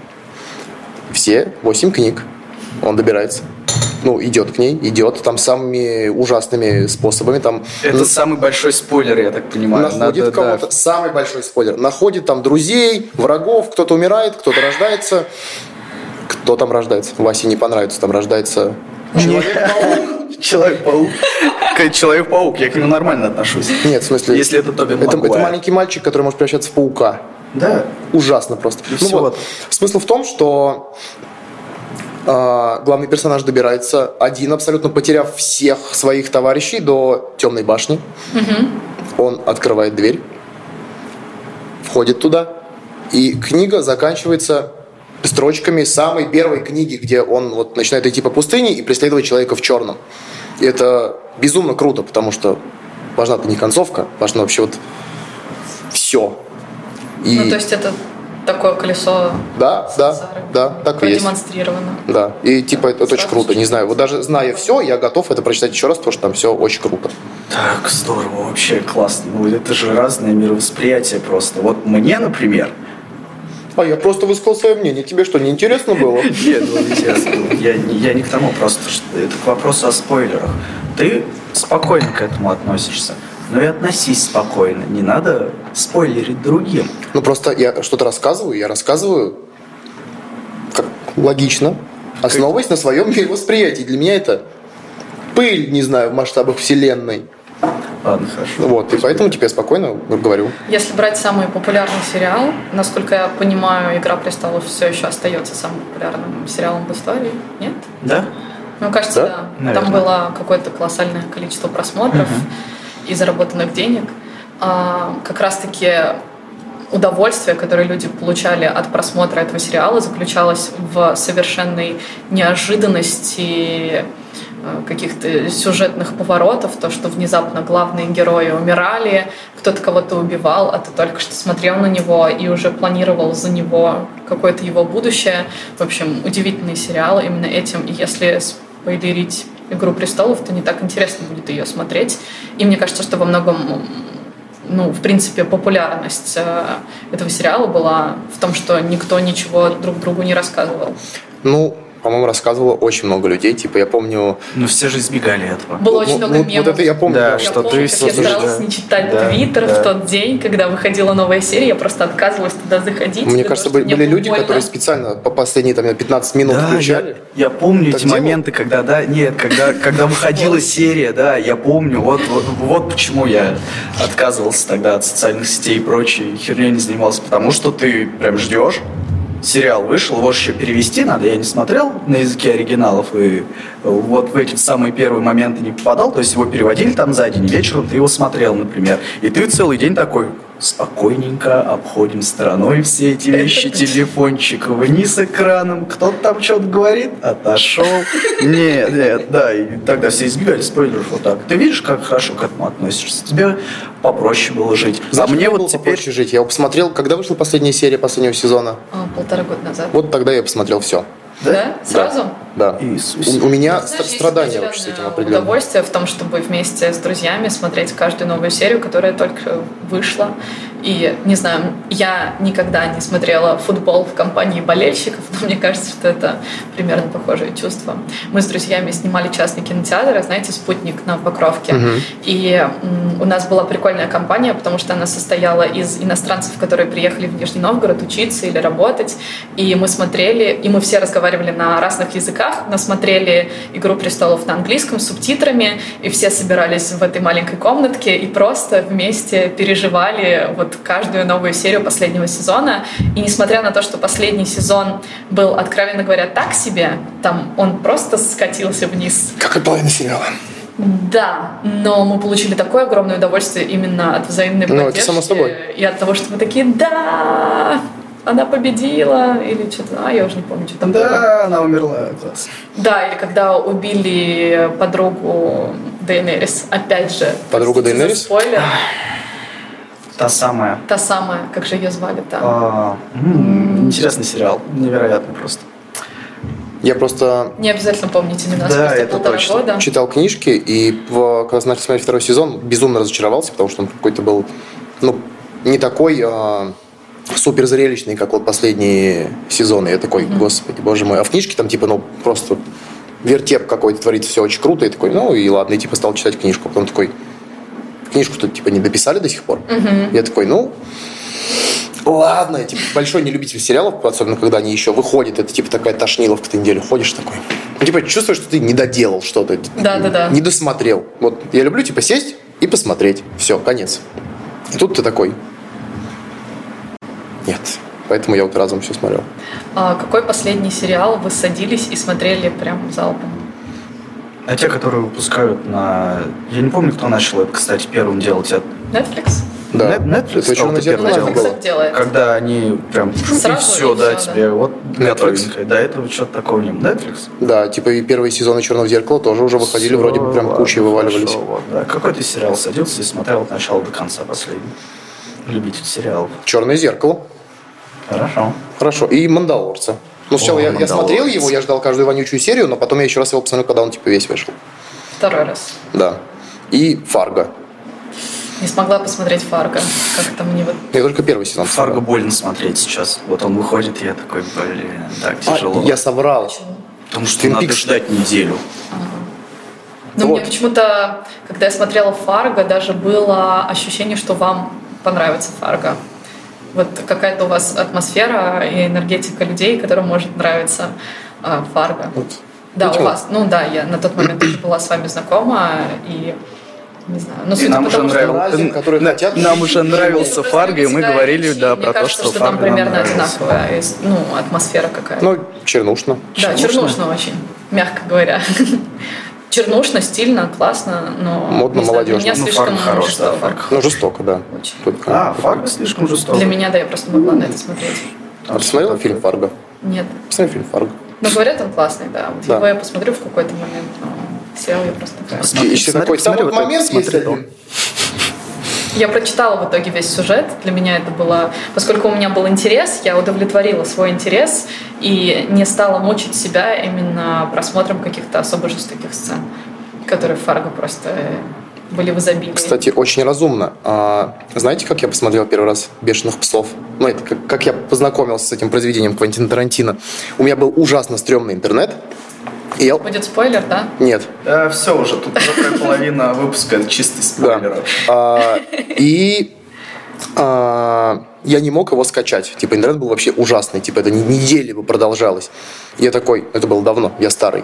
Все восемь книг он добирается. Ну, идет к ней, идет там самыми ужасными способами. Там,
Это
на...
самый большой спойлер, я так понимаю.
Находит
Надо,
кого-то, да. Самый большой спойлер. Находит там друзей, врагов, кто-то умирает, кто-то рождается. Кто там рождается? Васе не понравится, там рождается Человек-паук.
Человек-паук. Человек-паук, я к нему нормально отношусь.
Нет, в смысле...
Если это Тоби
это,
Магуайр.
это маленький мальчик, который может превращаться в паука.
Да.
Ужасно просто.
И
Ну
всё.
вот. Смысл в том, что э, главный персонаж добирается один, абсолютно потеряв всех своих товарищей, до темной башни.
Угу.
Он открывает дверь, входит туда, и книга заканчивается строчками самой первой книги, где он вот начинает идти по пустыне и преследовать человека в черном. И это безумно круто, потому что важна-то не концовка, важно вообще вот все. И...
Ну, то есть это такое колесо
Да, да,
Сары
да, так и есть.
продемонстрировано.
Да, и типа это, это очень
Сразу
круто, не знаю, вот даже зная все, я готов это прочитать еще раз, потому что там все очень круто.
Так, здорово, вообще классно. Ну, это же разное мировосприятие просто. Вот мне, например...
А я просто высказал свое мнение, тебе что, не интересно было?
Нет, ну, интересно. Я, я не к тому, просто что это к вопросу о спойлерах. Ты спокойно к этому относишься, но и относись спокойно. Не надо спойлерить другим.
Ну просто я что-то рассказываю, я рассказываю как логично, основываясь на своем мировосприятии. Для меня это пыль, не знаю, в масштабах вселенной.
Ладно, хорошо.
Вот, и поэтому теперь спокойно говорю.
Если брать самый популярный сериал, насколько я понимаю, «Игра престолов» все еще остается самым популярным сериалом в истории, нет?
Да?
Ну, кажется,
Да?
да.
Наверное.
Там было какое-то колоссальное количество просмотров и заработанных денег. А, как раз-таки удовольствие, которое люди получали от просмотра этого сериала, заключалось в совершенной неожиданности, каких-то сюжетных поворотов, то, что внезапно главные герои умирали, кто-то кого-то убивал, а ты только что смотрел на него и уже планировал за него какое-то его будущее. В общем, удивительный сериал именно этим. И если спойлерить «Игру престолов», то не так интересно будет ее смотреть. И мне кажется, что во многом, ну, в принципе, популярность этого сериала была в том, что никто ничего друг другу не рассказывал.
Ну, по-моему, рассказывало очень много людей. Типа, я помню...
Ну, все же избегали этого.
Было очень
ну,
много
ну,
мемов.
Вот это я помню.
Да,
Я
что
помню,
ты
как я
слушаешь,
старалась
да.
не читать
Да,
твиттер
да.
в тот день, когда выходила новая серия, я просто отказывалась туда заходить.
Мне
потому
кажется,
что
были
мне было
люди,
больно.
которые специально по последние там, пятнадцать минут
Да,
включали.
я, я помню
Так
эти
делал?
моменты, когда, да, нет, когда, когда выходила серия, да, я помню, вот, вот, вот почему я отказывался тогда от социальных сетей и прочей херней не занимался, потому что ты прям ждешь, сериал вышел, его еще перевести надо, я не смотрел на языке оригиналов, и вот в эти самые первые моменты не попадал, то есть его переводили там за день, вечером ты его смотрел, например, и ты целый день такой, спокойненько обходим стороной все эти вещи, телефончик вниз экраном, кто-то там что-то говорит, отошел. Нет, нет, да, и тогда все избегали спойлеров вот так. Ты видишь, как хорошо к этому относишься? Тебе попроще было жить.
Знаешь,
а мне вот
было
теперь...
попроще жить. Я его посмотрел, когда вышла последняя серия последнего сезона?
А, полтора года назад.
Вот тогда я посмотрел все.
Да? Сразу?
Да.
Иисус.
У, у меня
Ну, знаешь, есть
страдания вообще с этим
определенное
определенно.
удовольствие в том, чтобы вместе с друзьями смотреть каждую новую серию, которая только вышла. И, не знаю, я никогда не смотрела футбол в компании болельщиков, но мне кажется, что это примерно похожее чувство. Мы с друзьями снимали частный кинотеатр, знаете, «Спутник» на Покровке.
Угу.
И м, у нас была прикольная компания, потому что она состояла из иностранцев, которые приехали в Нижний Новгород учиться или работать. И мы смотрели, и мы все разговаривали на разных языках, но смотрели «Игру престолов» на английском с субтитрами, и все собирались в этой маленькой комнатке и просто вместе переживали вот каждую новую серию последнего сезона. И несмотря на то, что последний сезон был, откровенно говоря, так себе, там он просто скатился вниз.
Как и половина сериала.
Да, но мы получили такое огромное удовольствие именно от взаимной
Ну, это
поддержки
само собой.
и от того, что мы такие: да, она победила, или что-то, а я уже не помню, что там было.
Да, она умерла, класс.
Да, или когда убили подругу Дейенерис, опять же.
Подругу
простите за
Дейенерис?
спойлер.
Та самая.
Та самая, как же ее звали-то?
А, м, интересный сериал, невероятный просто.
Я просто
Не обязательно помните имена,
Да,
спустя
это
полтора
точно.
года.
читал книжки, и в- когда начал смотреть второй сезон, безумно разочаровался, потому что он какой-то был, ну, не такой а, супер зрелищный, как вот последние сезоны. Я такой, господи, боже мой. А в книжке там типа, ну, просто вертеп какой-то творится, все очень круто. И такой, ну, и ладно, и типа стал читать книжку. Потом такой, книжку-то типа не дописали до сих пор. Я такой, ну, ладно, я типа большой не любитель сериалов, особенно когда они еще выходят, это типа такая тошниловка, ты неделю ходишь такой. Ну, типа, чувствуешь, что ты не доделал что-то.
Да-да-да.
Не досмотрел. Вот я люблю, типа, сесть и посмотреть. Все, конец. И тут ты такой. Нет. Поэтому я вот разом все смотрел.
А какой последний сериал вы садились и смотрели прям залпом?
А те, которые выпускают на... Я не помню, кто начал это, кстати, первым делать. Это
Netflix?
Да.
Net- Netflix
Это
стал
«Черное
первым
зеркало»
Netflix
делом.
это делает.
Когда они прям
Сразу
и все,
и
да,
всё,
тебе
да.
вот
Netflix.
готовенькое. До этого что-то такого не было. Netflix?
Да, типа и первые сезоны «Черного зеркала» тоже уже выходили,
Всё,
вроде бы прям
ладно,
кучей вываливались.
хорошо, вот, да. Какой ты сериал садился и смотрел от начала до конца последний? Любитель сериалов.
«Черное зеркало».
Хорошо.
Хорошо. И «Мандалорца». Ну, сначала
О,
я, я смотрел
«Мандалорец».
его, я ждал каждую вонючую серию, но потом я еще раз его посмотрел, когда он типа весь вышел.
Второй раз.
Да. И «Фарго».
Не смогла посмотреть «Фарго». Как-то мне вот...
Я только первый сезон
Фарго
посмотрел.
больно смотреть сейчас. Вот он выходит, и я такой, блин, так тяжело.
А, я соврал.
Потому что
Twin
надо
Peaks.
ждать неделю.
Но
Вот.
мне почему-то, когда я смотрела «Фарго», даже было ощущение, что вам понравится «Фарго». Вот какая-то у вас атмосфера и энергетика людей, которым может нравиться э, «Фарго».
Вот.
Да,
Видимо.
у вас. Ну да, я на тот момент уже была с вами знакома, и не знаю. Но
И
судя
нам
по
уже
тому, что...
нравился,
Разин, которые
на-
хотят
нам
жить
уже
жизнью.
нравился Фарго, и мы
Всегда
говорили,
идти.
да,
Мне
про то,
кажется,
что
что там
Фарго нам
примерно
нравился.
одинаковая есть, ну, атмосфера какая-то.
Ну, чернушно.
Да,
чернушно.
чернушно очень, мягко говоря. Чернушно, стильно, классно, но...
Модно,
не знаю, для
молодежно.
меня
Ну,
слишком
Фарго хорош, да,
жестоко.
Фарго.
Ну, жестоко, да.
Очень.
Тут,
А, Фарго слишком жестоко.
Для меня, да, я просто могла на это смотреть.
А ты смотрел фильм «Фарго»?
Нет.
Посмотри фильм «Фарго».
Но говорят, он классный, да. Вот
Да.
его я посмотрю в какой-то момент, но сериал я просто такая...
Смотри,
Еще
смотри,
такой, там
смотри,
вот
вот
момент
это,
есть
смотри,
один.
Я прочитала в итоге весь сюжет. Для меня это было... Поскольку у меня был интерес, я удовлетворила свой интерес и не стала мучить себя именно просмотром каких-то особо жестоких сцен, которые в «Фарго» просто были в изобилии.
Кстати, очень разумно. А, знаете, как я посмотрел первый раз «Бешеных псов»? Ну, это как, как я познакомился с этим произведением Квентина Тарантино. У меня был ужасно стрёмный интернет. И я...
Будет спойлер, да?
Нет.
Да, все уже, тут уже половина выпуска это чистый спойлер.
Да. А, и а, я не мог его скачать. Типа, интернет был вообще ужасный. Типа, это не- недели бы продолжалось. Я такой, это было давно, я старый.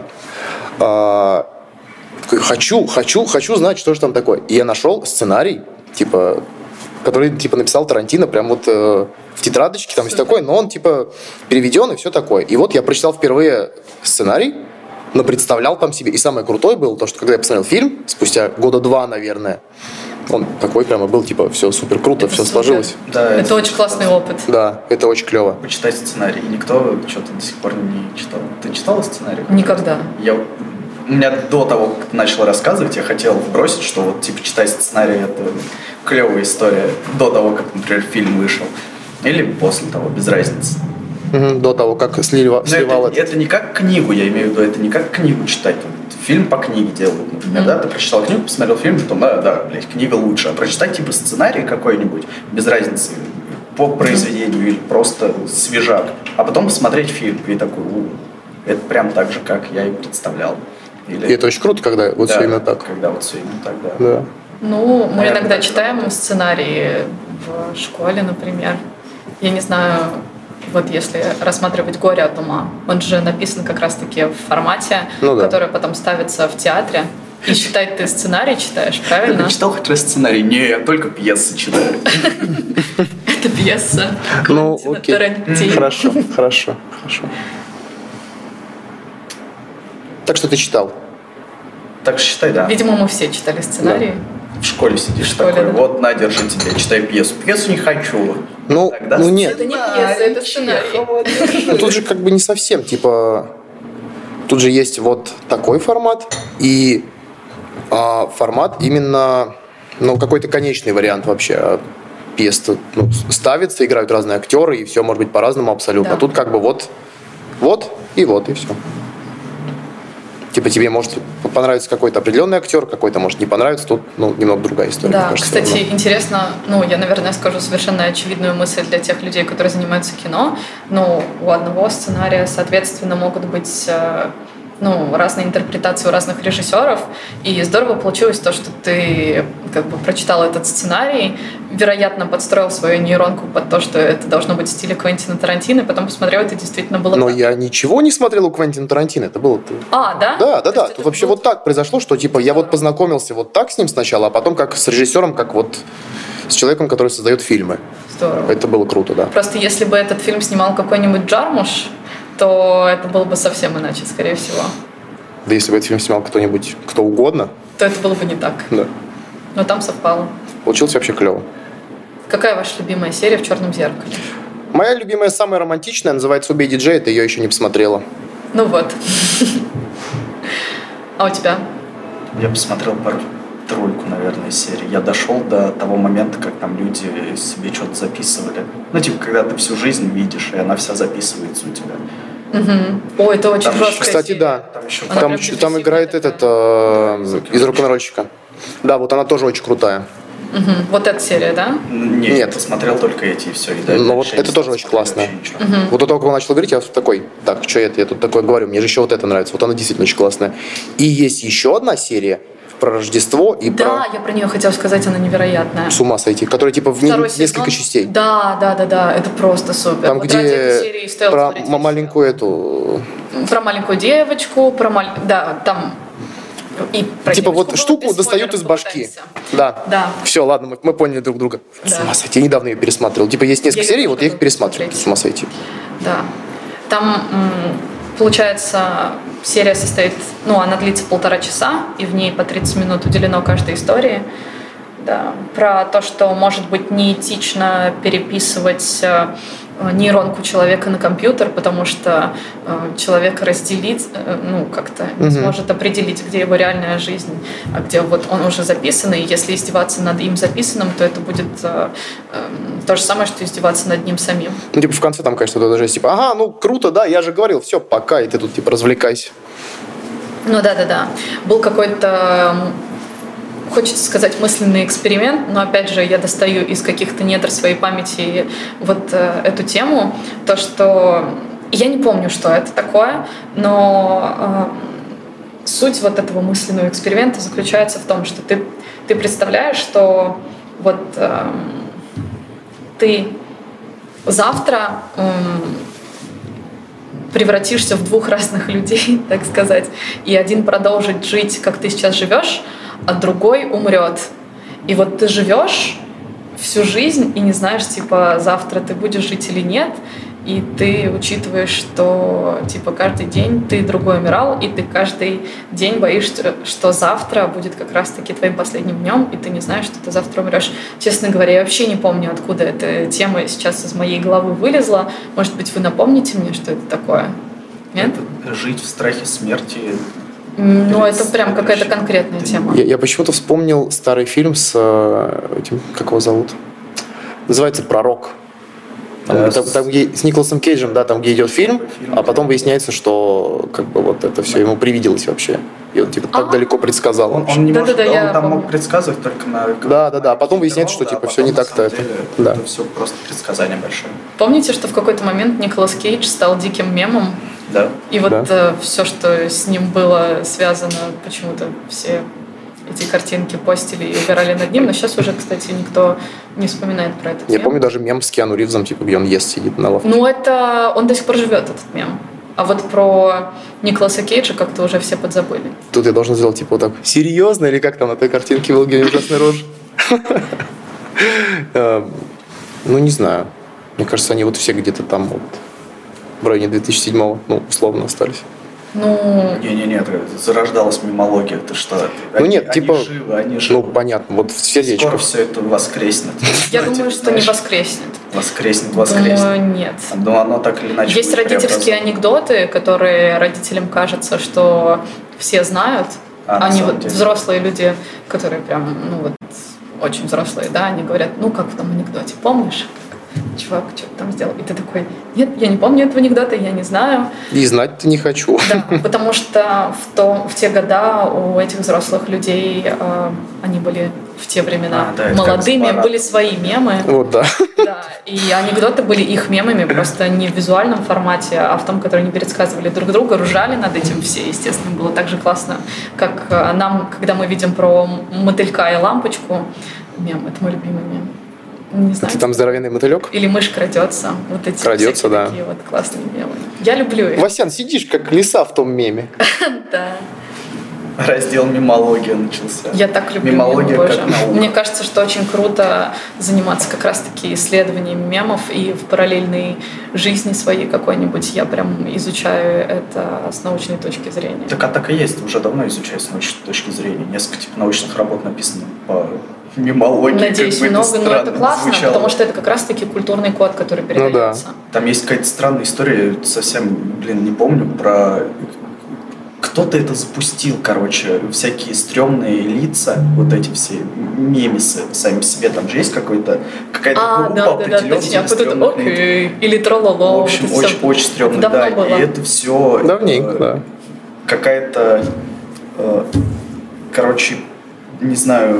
А, такой, хочу, хочу, хочу знать, что же там такое. И я нашел сценарий, типа, который типа написал Тарантино прям вот э, в тетрадочке, там все такое, но он типа переведен и все такое. И вот я прочитал впервые сценарий, но представлял там себе. И самое крутое было то, что когда я посмотрел фильм, спустя года два, наверное, Он такой прямо был, типа, все супер круто,
Это
все
супер.
сложилось.
Да,
Это очень классный опыт.
Да, это очень клево.
Почитать сценарий. И никто что-то до сих пор не читал. Ты читала сценарий?
Никогда.
Я, у меня до того, как ты начал рассказывать, я хотел вбросить, что вот типа читать сценарий — это клевая история до того, как, например, фильм вышел. Или после того, без разницы.
Мгм, до того, как слива,
Но
сливал
это,
это.
это не как книгу, я имею в виду, это не как книгу читать. Вот фильм по книге делают, например, да, ты прочитал книгу, посмотрел фильм, потом, да, да, блядь, книга лучше. А прочитать типа сценарий какой-нибудь, без разницы, по произведению или просто свежак, а потом посмотреть фильм и такой, у, это прям так же, как я и представлял. Или,
И это очень круто, когда вот
да,
все именно так.
Когда вот все именно так, да.
Да.
Ну, мы
Наверное,
иногда
так
читаем
работает.
сценарии в школе, например. Я не знаю, вот если рассматривать «Горе от ума», он же написан как раз-таки в формате,
Ну да.
который потом ставится в театре. И считать ты сценарий читаешь, правильно?
Ты читал хоть раз сценарий? Не, я только пьесы читаю.
Это пьеса.
Ну,
Квентина
окей.
Тарантино.
Хорошо, хорошо, хорошо. Так что ты читал?
Так что считай, да.
Видимо, мы все читали сценарии.
В школе сидишь
В школе,
такой,
да.
вот, на, держи тебе, читай пьесу. Пьесу не хочу.
Ну,
Тогда
ну нет.
Это не пьеса, это сценарий.
Ну, тут же как бы не совсем, типа, тут же есть вот такой формат и а, формат именно, ну, какой-то конечный вариант вообще. А пьеса, ну, ставится, играют разные актеры, и все может быть по-разному абсолютно.
Да.
А тут как бы вот, вот и вот, и все. Типа тебе может понравиться какой-то определенный актер, какой-то может не понравиться, тут, ну, немного другая история.
Да,
мне кажется,
кстати,
всё равно.
интересно, ну, я, наверное, скажу совершенно очевидную мысль для тех людей, которые занимаются кино. Ну, у одного сценария, соответственно, могут быть э, ну, разные интерпретации у разных режиссеров. И здорово получилось то, что ты как бы прочитал этот сценарий, вероятно, подстроил свою нейронку под то, что это должно быть в стиле Квентина Тарантино, и потом посмотрел, это действительно было
Но
так.
я ничего не смотрел у Квентина Тарантино, это было...
А, да?
Да, да,
То
да.
есть
Тут
это
вообще
был-
вот так произошло, что типа я вот познакомился вот так с ним сначала, а потом как с режиссером, как вот с человеком, который создает фильмы.
Здорово.
Это было круто, да.
Просто если бы этот фильм снимал какой-нибудь Джармуш, то это было бы совсем иначе, скорее всего.
Да если бы этот фильм снимал кто-нибудь, кто угодно,
То это было бы не так.
да.
Но там совпало.
Получилось вообще клево.
Какая ваша любимая серия в «Черном зеркале»?
Моя любимая, самая романтичная, называется «Убей диджея», ты ее еще не посмотрела.
Ну вот. А у тебя?
Я посмотрел пару тройку, наверное, серий. Я дошел до того момента, как там люди себе что-то записывали. Ну, типа, когда ты всю жизнь видишь, и она вся записывается у тебя.
О, это очень
Там еще-
жесткая
Кстати,
серия.
да.
Там еще
Она
Там,
прям
ч- там
депрессивная
играет
такая.
этот э, из рок-н-ролльщика. Да, вот она тоже очень крутая.
Мгм. Вот эта серия, да?
Не,
Нет.
я посмотрел только эти и все. И
Ну, вот это тоже очень классно. Вот до того, как он начал говорить, я вот такой, так, что это, я тут такое говорю, мне же еще вот это нравится. Вот она действительно очень классная. И есть еще одна серия про Рождество и
Да,
про
я про нее хотела сказать, она невероятная.
«С ума сойти», которая типа в не-
Второй
несколько
сезон.
частей.
Да, да, да, да, это просто супер.
Там,
Вот ради этой
где
серии и стоило
про
смотреть
м-
весь
маленькую эту...
сериал. Про маленькую девочку, про маль... Да, там... И про
Типа
девочку
вот
было,
штуку
без
достают из
спойлеров
башки.
попытаемся.
Да.
Да.
Все, ладно, мы, мы поняли друг друга.
Да.
С ума сойти. Я недавно ее пересматривал. Типа есть несколько
Я
серий,
ее
вот я их
тоже
пересматриваю.
смотреть.
С ума сойти.
Да. Там, м, получается, серия состоит, ну, она длится полтора часа, и в ней по тридцать минут уделено каждой истории. Да. Про то, что, может быть, неэтично переписывать э, нейронку человека на компьютер, потому что э, человек разделить, э, ну, как-то не сможет определить, где его реальная жизнь, а где вот он уже записан, и если издеваться над им записанным, то это будет э, э, то же самое, что издеваться над ним самим.
Ну, типа в конце там, конечно, даже есть, типа, ага, ну круто, да, я же говорил, все, пока, и ты тут типа развлекайся.
Ну да-да-да. Был какой-то, м, хочется сказать, мысленный эксперимент, но опять же я достаю из каких-то недр своей памяти вот э, эту тему, то, что я не помню, что это такое, но э, суть вот этого мысленного эксперимента заключается в том, что ты, ты представляешь, что вот э, ты завтра м, превратишься в двух разных людей, так сказать, и один продолжит жить, как ты сейчас живешь, а другой умрет. И вот ты живешь всю жизнь и не знаешь, типа, завтра ты будешь жить или нет, и ты учитываешь, что типа каждый день ты другой умирал, и ты каждый день боишься, что завтра будет как раз-таки твоим последним днем, и ты не знаешь, что ты завтра умрешь. Честно говоря, я вообще не помню, откуда эта тема сейчас из моей головы вылезла. Может быть, вы напомните мне, что это такое? Нет?
Это жить в страхе смерти.
Ну, это прям какая-то конкретная тема.
Я, я почему-то вспомнил старый фильм с этим, как его зовут? Называется «Пророк». Там,
Да,
там,
с...
там, где, с Николасом Кейджем, да, там, где идет фильм,
фильм,
а потом
да.
выясняется, что как бы вот это все ему привиделось вообще. И он типа так
А-а-а.
далеко предсказал.
Он, он, не
Да,
может,
да, да,
он
я
там
помню.
мог предсказывать только на...
Да, да, да. А потом выясняется, что
да,
типа
а
все не
потом,
так-то
на
это.
самом деле,
Да.
Это все просто предсказание большое.
Помните, что в какой-то момент Николас Кейдж стал диким мемом?
Да.
И вот
Да.
э, все, что с ним было связано, почему-то все эти картинки постили и угорали над ним. Но сейчас уже, кстати, никто не вспоминает про этот
Я
мем.
помню даже мем с Киану Ривзом, типа, где он ест, сидит на лавке.
Ну, это... Он до сих пор живет, этот мем. А вот про Николаса Кейджа как-то уже все подзабыли.
Тут я должен сделать типа вот так. Серьезно? Или как там на той картинке был, где ужасный рожь? Ну, не знаю. Мне кажется, они вот все где-то там вот в районе две тысячи седьмого, ну, условно остались.
Ну,
Не-не-не, зарождалась мимология. Ты что?
Ну,
Они-
нет, типа,
Они живы, они живы.
Ну, понятно, вот в
Скоро
сердечко.
все это воскреснет.
я
Знаете,
думаю, что
знаешь,
не воскреснет.
Воскреснет, воскреснет.
Думаю, нет.
Но оно так или иначе
Есть
будет
родительские
преобразовано.
анекдоты, которые родителям кажется, что все знают.
А, на
Они
самом
вот
деле.
взрослые люди, которые прям, ну вот, очень взрослые, да, они говорят, ну как в том анекдоте, помнишь? Чувак что-то там сделал. И ты такой, нет, я не помню этого анекдота, я не знаю.
И знать-то не хочу.
Да, потому что в, то, в те года у этих взрослых людей э, они были в те времена
А, да, это
молодыми,
как
были свои мемы.
Вот, да.
Да, и анекдоты были их мемами, просто не в визуальном формате, а в том, который они пересказывали друг друга, ржали над этим все, естественно, было так же классно, как э, нам, когда мы видим про мотылька и лампочку, мем, это мой любимый мем. Не знаю.
Ты там здоровенный мотылек?
Или мышь крадется. Вот эти
Крадется,
всякие
да.
такие вот классные мемы. Я люблю их.
Васян, сидишь как лиса в том меме.
Да.
Раздел мимология начался.
Я так люблю
Мимология
мемы, боже.
как наука.
Мне кажется, что очень круто заниматься как раз-таки исследованием мемов, и в параллельной жизни своей какой-нибудь я прям изучаю это с научной точки зрения.
Так, а так и есть. Уже давно изучаю с научной точки зрения. Несколько типа, научных работ написано по мимологии.
Надеюсь,
как бы
много, но
странно
это классно,
звучало.
потому что это как раз-таки культурный код, который передается.
Там есть какая-то странная история, совсем, блин, не помню, про... Кто-то это запустил, короче, всякие стрёмные лица, вот эти все мемесы сами по себе, там же есть какой-то, какая-то
А,
группа
да, да, да,
определённая
точнее, вот это
стрёмных лиц.
окей, или трололо.
В общем,
вот это
очень,
всё.
очень стрёмно,
Давно
да,
было.
и это все
Давненько, да.
какая-то, э, короче, не знаю,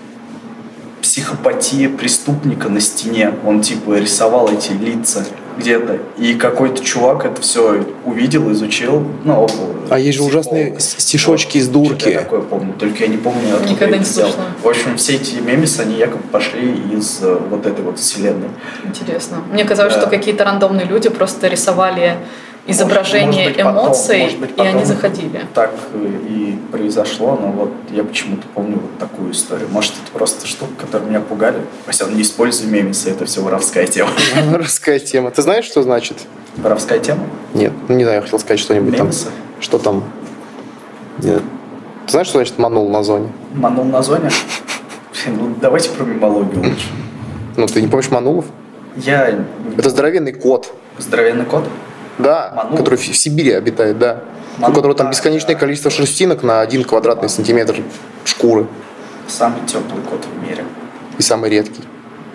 психопатия преступника на стене. Он типа рисовал эти лица где-то. И какой-то чувак это все увидел, изучил. Ну, около
А есть же
психолога.
ужасные стишочки из дурки.
Что-то я такое помню, только я не помню, откуда
Никогда
я
не
это взял.
слышала.
В общем, все эти мемесы, они якобы пошли из э, вот этой вот вселенной.
Интересно. Мне казалось,
Да.
что какие-то рандомные люди просто рисовали изображение
Может быть, потом-
эмоций,
может быть,
и они
потом
заходили.
Так и произошло, но вот я почему-то помню вот такую историю. Может, это просто штука, которую меня пугали. Васян, не используй мемесы, это все воровская тема.
Русская тема. Ты знаешь, что значит?
Воровская тема?
Нет, ну не знаю, я хотел сказать что-нибудь там.
Мемесы?
Что там? Нет. Ты знаешь, что значит манул на зоне?
Манул на зоне? Блин, ну давайте про мимологию лучше.
Ну, ты не помнишь манулов?
Я...
Это здоровенный кот.
Здоровенный кот?
Да,
Манул?
который в в Сибири обитает, да.
Манул,
У которого там
да,
бесконечное
да.
количество шерстинок на один квадратный сантиметр шкуры.
Самый теплый кот в мире.
И самый редкий.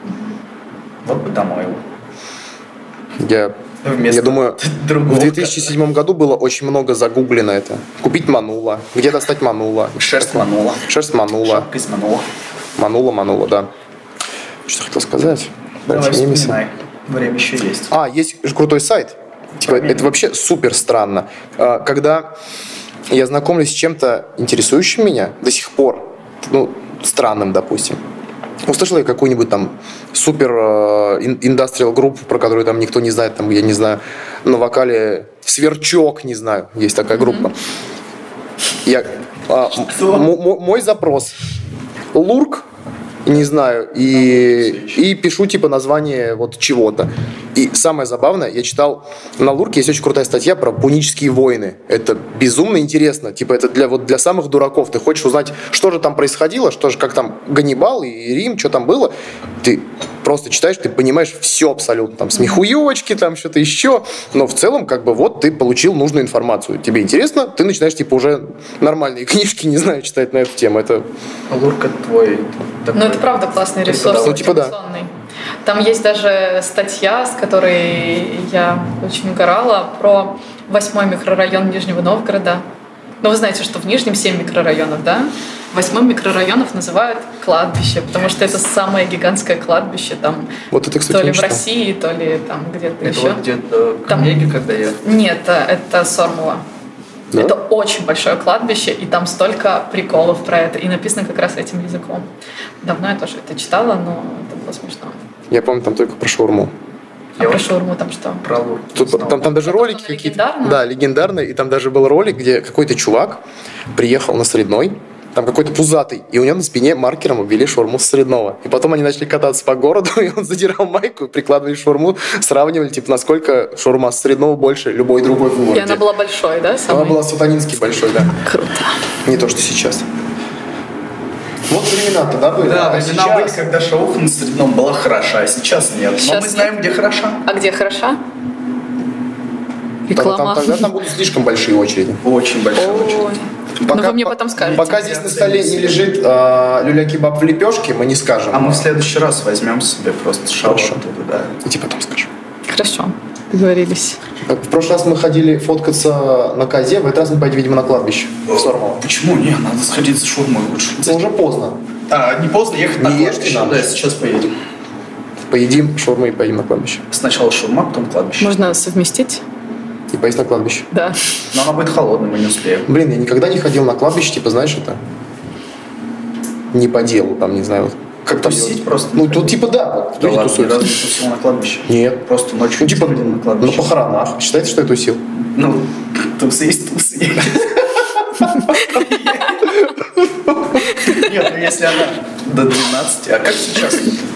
Вот бы домой его.
Я,
Вместо
я думаю,
другого
в две тысячи седьмом году было очень много загуглено это. Купить манула. Где достать манула?
Шерсть манула.
Шерсть манула.
Шапка из манула.
Манула, манула, да. Что хотел сказать?
Давай
Дальше мемесы.
вспоминай. Время еще есть.
А, есть же крутой сайт. Типа,
Про мемы.
это вообще супер странно. А, Когда я знакомлюсь с чем-то интересующим меня до сих пор, ну, странным, допустим, услышал я какую-нибудь там супер э, ин- индастриал группу, про которую там никто не знает, там, я не знаю, на вокале Сверчок, не знаю, есть такая группа. Я, а, м- м- мой запрос. Лурк не знаю, и, и пишу типа название вот чего-то. И самое забавное, я читал на Лурке, есть очень крутая статья про пунические войны. Это безумно интересно. Типа это для, вот для самых дураков. Ты хочешь узнать, что же там происходило, что же, как там Ганнибал и Рим, что там было. Ты просто читаешь, ты понимаешь все абсолютно. Там смехуёчки, там что-то еще. Но в целом, как бы вот ты получил нужную информацию. Тебе интересно, ты начинаешь типа уже нормальные книжки, не знаю, читать на эту тему. Это...
Лурка твой...
Ну, это правда классный ресурс.
Ну, типа да.
Там есть даже статья, с которой я очень угорала, про восьмой микрорайон Нижнего Новгорода. Ну, вы знаете, что в Нижнем семь микрорайонов, да? Восьмым микрорайонов называют кладбище, потому что это самое гигантское кладбище там.
Вот это, кстати,
то ли в
читал.
России, то ли там где-то
это
еще.
Вот где-то
там...
Камеги, когда я...
Нет, это Сормово. Да? Это очень большое кладбище, и там столько приколов про это. И написано как раз этим языком. Давно я тоже это читала, но это было смешно.
Я помню, там только про шаурму.
А я про шаурму там что?
Про лук.
Тут, там, там даже ролики какие-то. Да, легендарные. И там даже был ролик, где какой-то чувак приехал на Средной, там какой-то пузатый, и у него на спине маркером обвели шаурму с Средного. И потом они начали кататься по городу, и он задирал майку и прикладывали шаурму, сравнивали, типа, насколько шаурма с Средного больше любой другой в городе.
И она была большой, да? Самой?
Она была сатанински большой, да.
Круто.
Не то, что сейчас. Вот времена-то, да, были?
Да,
а
времена
сейчас...
были, когда шауха на Средном была хороша, а сейчас нет.
Сейчас
Но мы знаем,
нет.
где хороша.
А где хороша?
Тогда,
Реклама.
там, тогда там будут слишком большие очереди.
Очень большая очередь.
Ой.
Пока,
ну вы мне
по-
потом скажете.
Пока здесь на столе не лежит э, люля-кебаб в лепешке, мы не скажем.
А мы в следующий раз возьмем себе просто шаурму
Хорошо.
оттуда, да.
И тебе потом скажем.
Хорошо, договорились.
В прошлый раз мы ходили фоткаться на козе, в этот раз мы пойдем, видимо, на кладбище в Сормово.
Почему? Не, надо сходить за шаурмой лучше.
Но уже поздно.
А, не поздно ехать на
Не ешьте
кладбище?
нам.
Да, сейчас поедем.
Поедим шаурму и поедем на кладбище.
Сначала шаурма, потом кладбище.
Можно совместить?
И поесть на кладбище.
Да.
Но она будет холодной, мы не успеем.
Блин, я никогда не ходил на кладбище, типа, знаешь, это... Не по делу, там, не знаю, вот.
Как тусить просто?
Ну, тут типа да, вот.
Да
люди
ладно, ни
тусуются.
разу не тусил на кладбище?
Нет.
Просто ночью
Ну, типа,
ходил на
на
кладбище.
похоронах. Считайте, что я тусил.
Ну, тусы есть тусы. Нет, ну если она до двенадцати, а как сейчас?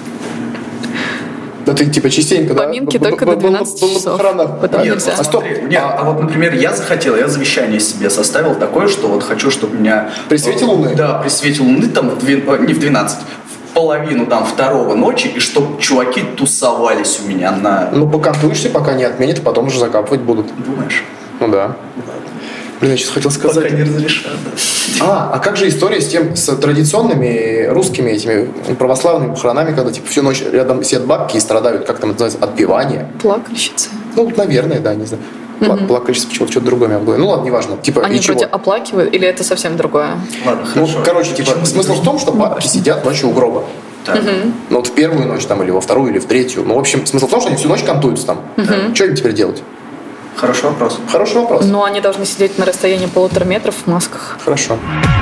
Да ты типа частенько, да?
Поминки
Б- б-
только
б-
до
был на-
двенадцати
был на
часов.
похоронах.
Потом
Нет,
нельзя.
А стоп.
смотри, нет, а вот, например, я захотел, я завещание себе составил такое, что вот хочу, чтобы меня...
При свете луны?
Да, при свете луны, там, в две- э, не в двенадцать, в половину, там, второго ночи, и чтобы чуваки тусовались у меня на...
Ну, покантуешься, пока не отменят, а потом уже закапывать будут.
Думаешь?
Ну да. Блин, я сейчас хотел сказать.
Пока не разрешат, да.
А, а как же история с тем, с традиционными русскими этими православными похоронами, когда типа всю ночь рядом сидят бабки и страдают, как там это называется, отпевание?
Плакальщицы.
Ну, вот, наверное, да, не знаю. Пла- Плакальщица почему-то что-то другое у меня в голове. Ну ладно, неважно. Типа,
Они
и чего?
вроде оплакивают, или это совсем другое?
Ладно,
Ну,
хорошо.
короче, типа,
Почему
смысл в том, что бабки сидят ночью у гроба.
Так.
Ну, вот в первую ночь там, или во вторую, или в третью. Ну, в общем, смысл в том, что они всю ночь кантуются там. Что им теперь делать?
Хороший вопрос.
Хороший вопрос.
Но они должны сидеть на расстоянии полутора метров в масках.
Хорошо.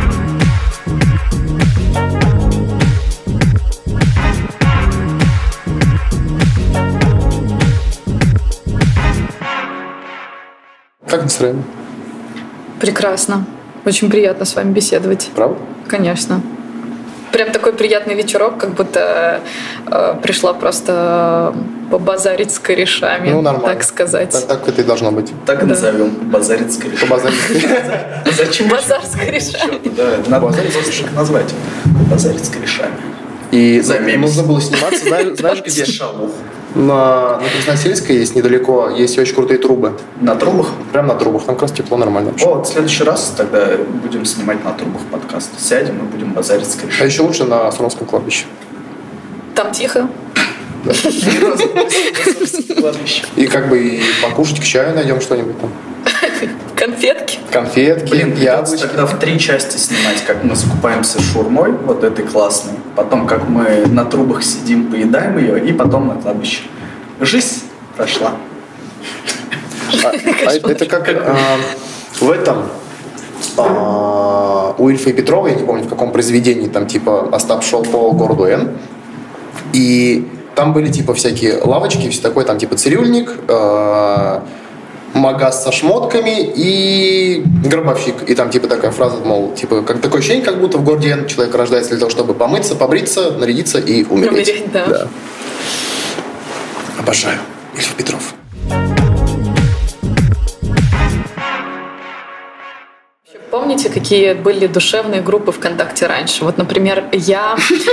Как настроение?
Прекрасно. Очень приятно с вами беседовать.
Правда?
Конечно. Прям такой приятный вечерок, как будто э, пришла просто побазарить с корешами,
Ну, нормально.
так сказать.
Так, так это и должно быть.
Так и назовем. Базарить скорее.
Побазарить.
Зачем?
Базар с корешами.
Да, надо просто так назвать. Базарить с корешами.
И
Замемись.
нужно было сниматься, знаешь, знаешь где?
Шалов.
На, на Красносельской есть недалеко, есть очень крутые трубы.
На трубах?
Прям на трубах, там как раз тепло нормально.
О, вот в следующий раз тогда будем снимать на трубах подкаст. Сядем и будем базарить с
А
корешами.
еще лучше на Саровском кладбище.
Там тихо.
Ни разу не был на кладбище.
И как бы и покушать к чаю найдем что-нибудь там.
Конфетки.
Конфетки,
Блин, придется
яблочки.
тогда в три части снимать, как мы закупаемся шаурмой, вот этой классной, потом как мы на трубах сидим, поедаем ее, и потом на кладбище. Жизнь прошла.
А, а это как а, в этом а, у Ильфа и Петрова, я не помню в каком произведении, там типа Остап шел по городу Н, и там были типа всякие лавочки, все такое, там типа цирюльник, а, магаз со шмотками и гробовщик. И там типа такая фраза, мол, типа, как такое ощущение, как будто в городе N человек рождается для того, чтобы помыться, побриться, нарядиться и умереть.
Умереть, да.
да. Обожаю Ильф Петров.
Помните, какие были душевные группы ВКонтакте раньше? Вот, например, я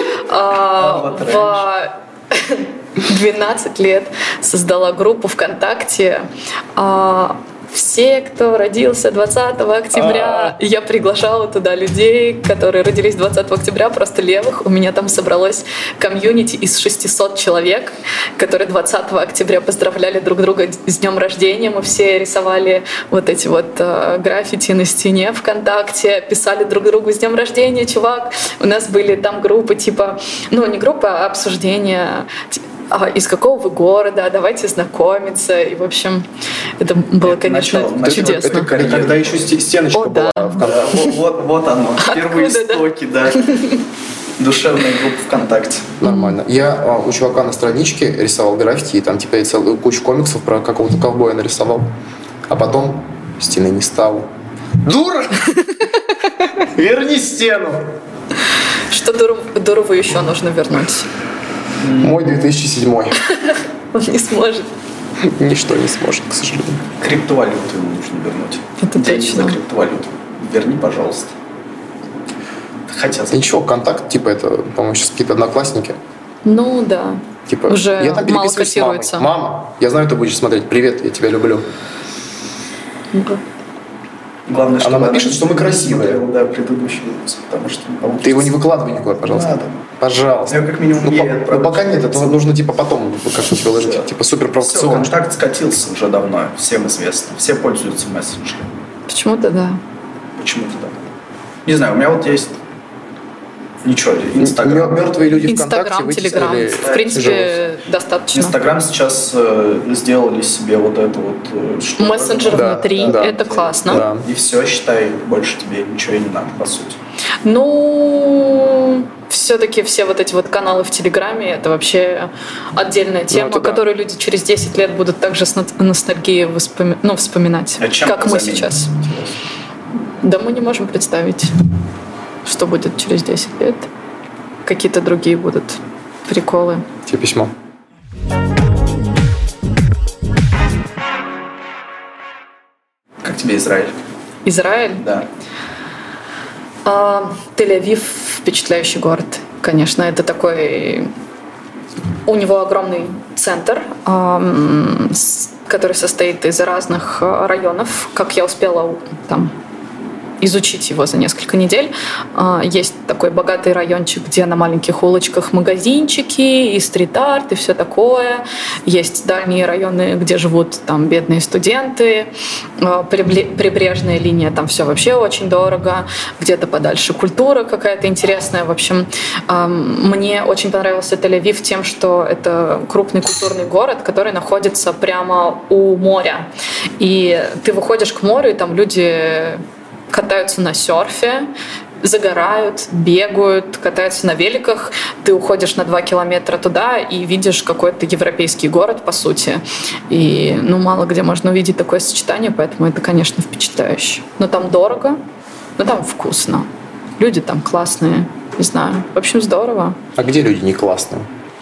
в двенадцать лет создала группу ВКонтакте. Все, кто родился двадцатого октября, я приглашала туда людей, которые родились двадцатого октября, просто левых. У меня там собралось комьюнити из шестисот человек, которые двадцатого октября поздравляли друг друга с днем рождения. Мы все рисовали вот эти вот э, граффити на стене ВКонтакте, писали друг другу с днем рождения, чувак. У нас были там группы типа, ну не группа, а обсуждения. А, из какого вы города, давайте знакомиться. И, в общем, это было, это конечно, начало, чудесно.
Это, это, это когда еще стеночка
О,
была.
Да.
В
да, вот, вот, вот оно, первые истоки, да. да. Душевная группа ВКонтакте.
Нормально. Я а, у чувака на страничке рисовал граффити, и там типа я целую кучу комиксов про какого-то ковбоя нарисовал. А потом стены не стало. Дура! Верни стену!
Что Дурову еще нужно вернуть?
Мой две тысячи седьмой.
Он не сможет.
Ничто не сможет, к сожалению.
Криптовалюту ему нужно вернуть.
Это
Деньги
точно.
за криптовалюту. Верни, пожалуйста. Хотя...
Ничего, контакт, типа, это, по-моему, сейчас какие-то одноклассники.
Ну, да.
Типа,
уже
я там
мало
переписываюсь с мамой.
котируется.
Мама, я знаю, ты будешь смотреть. Привет, я тебя люблю.
Ну-ка.
Главное,
Она напишет, что мы красивые.
Смотрел, да, предыдущий выпуск, потому что не получится.
Ты его не выкладывай никуда, пожалуйста.
Надо.
Пожалуйста.
Я как минимум
ну,
ей
по-
отправлю.
ну, пока нет, это нужно типа потом как-нибудь выложить.
Все.
Типа супер
Все,
провокационно.
контакт скатился уже давно, всем известно. Все пользуются мессенджером.
Почему-то да.
Почему-то да. Не знаю, у меня вот есть... Ничего, Инстаграм.
Мертвые люди ВКонтакте
Инстаграм, Телеграм.
вытеснили
В принципе, достаточно.
Инстаграм сейчас э, сделали себе вот эту вот э, штуку.
Мессенджер
Да,
внутри,
да.
это классно.
Да.
И все, считай, больше тебе ничего и не надо, по сути.
Ну, все-таки все вот эти вот каналы в Телеграме, это вообще отдельная тема,
это да.
которую люди через десять лет будут также с ностальгией воспоми... ну, вспоминать,
А чем
как
это
мы
заменит?
сейчас. Да мы не можем представить, что будет через десять лет. Какие-то другие будут приколы.
Тебе письмо.
Как тебе Израиль?
Израиль?
Да.
А, Тель-Авив впечатляющий город, конечно. Это такой... У него огромный центр, а, с- который состоит из разных а, районов. Как я успела там изучить его за несколько недель. А, Есть такой богатый райончик, где на маленьких улочках магазинчики и стрит-арт, и все такое. Есть дальние районы, где живут там бедные студенты. А, прибле- Прибрежная линия, там все вообще очень дорого. Где-то подальше культура какая-то интересная. В общем, а, мне очень понравился Тель-Авив тем, что это крупный культурный город, который находится прямо у моря. И ты выходишь к морю, и там люди катаются на серфе, загорают, бегают, катаются на великах. Ты уходишь на два километра туда и видишь какой-то европейский город, по сути. И ну, мало где можно увидеть такое сочетание, поэтому это, конечно, впечатляюще. Но там дорого, но там вкусно. Люди там классные, не знаю. В общем, здорово.
А где люди не классные?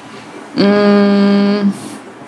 М,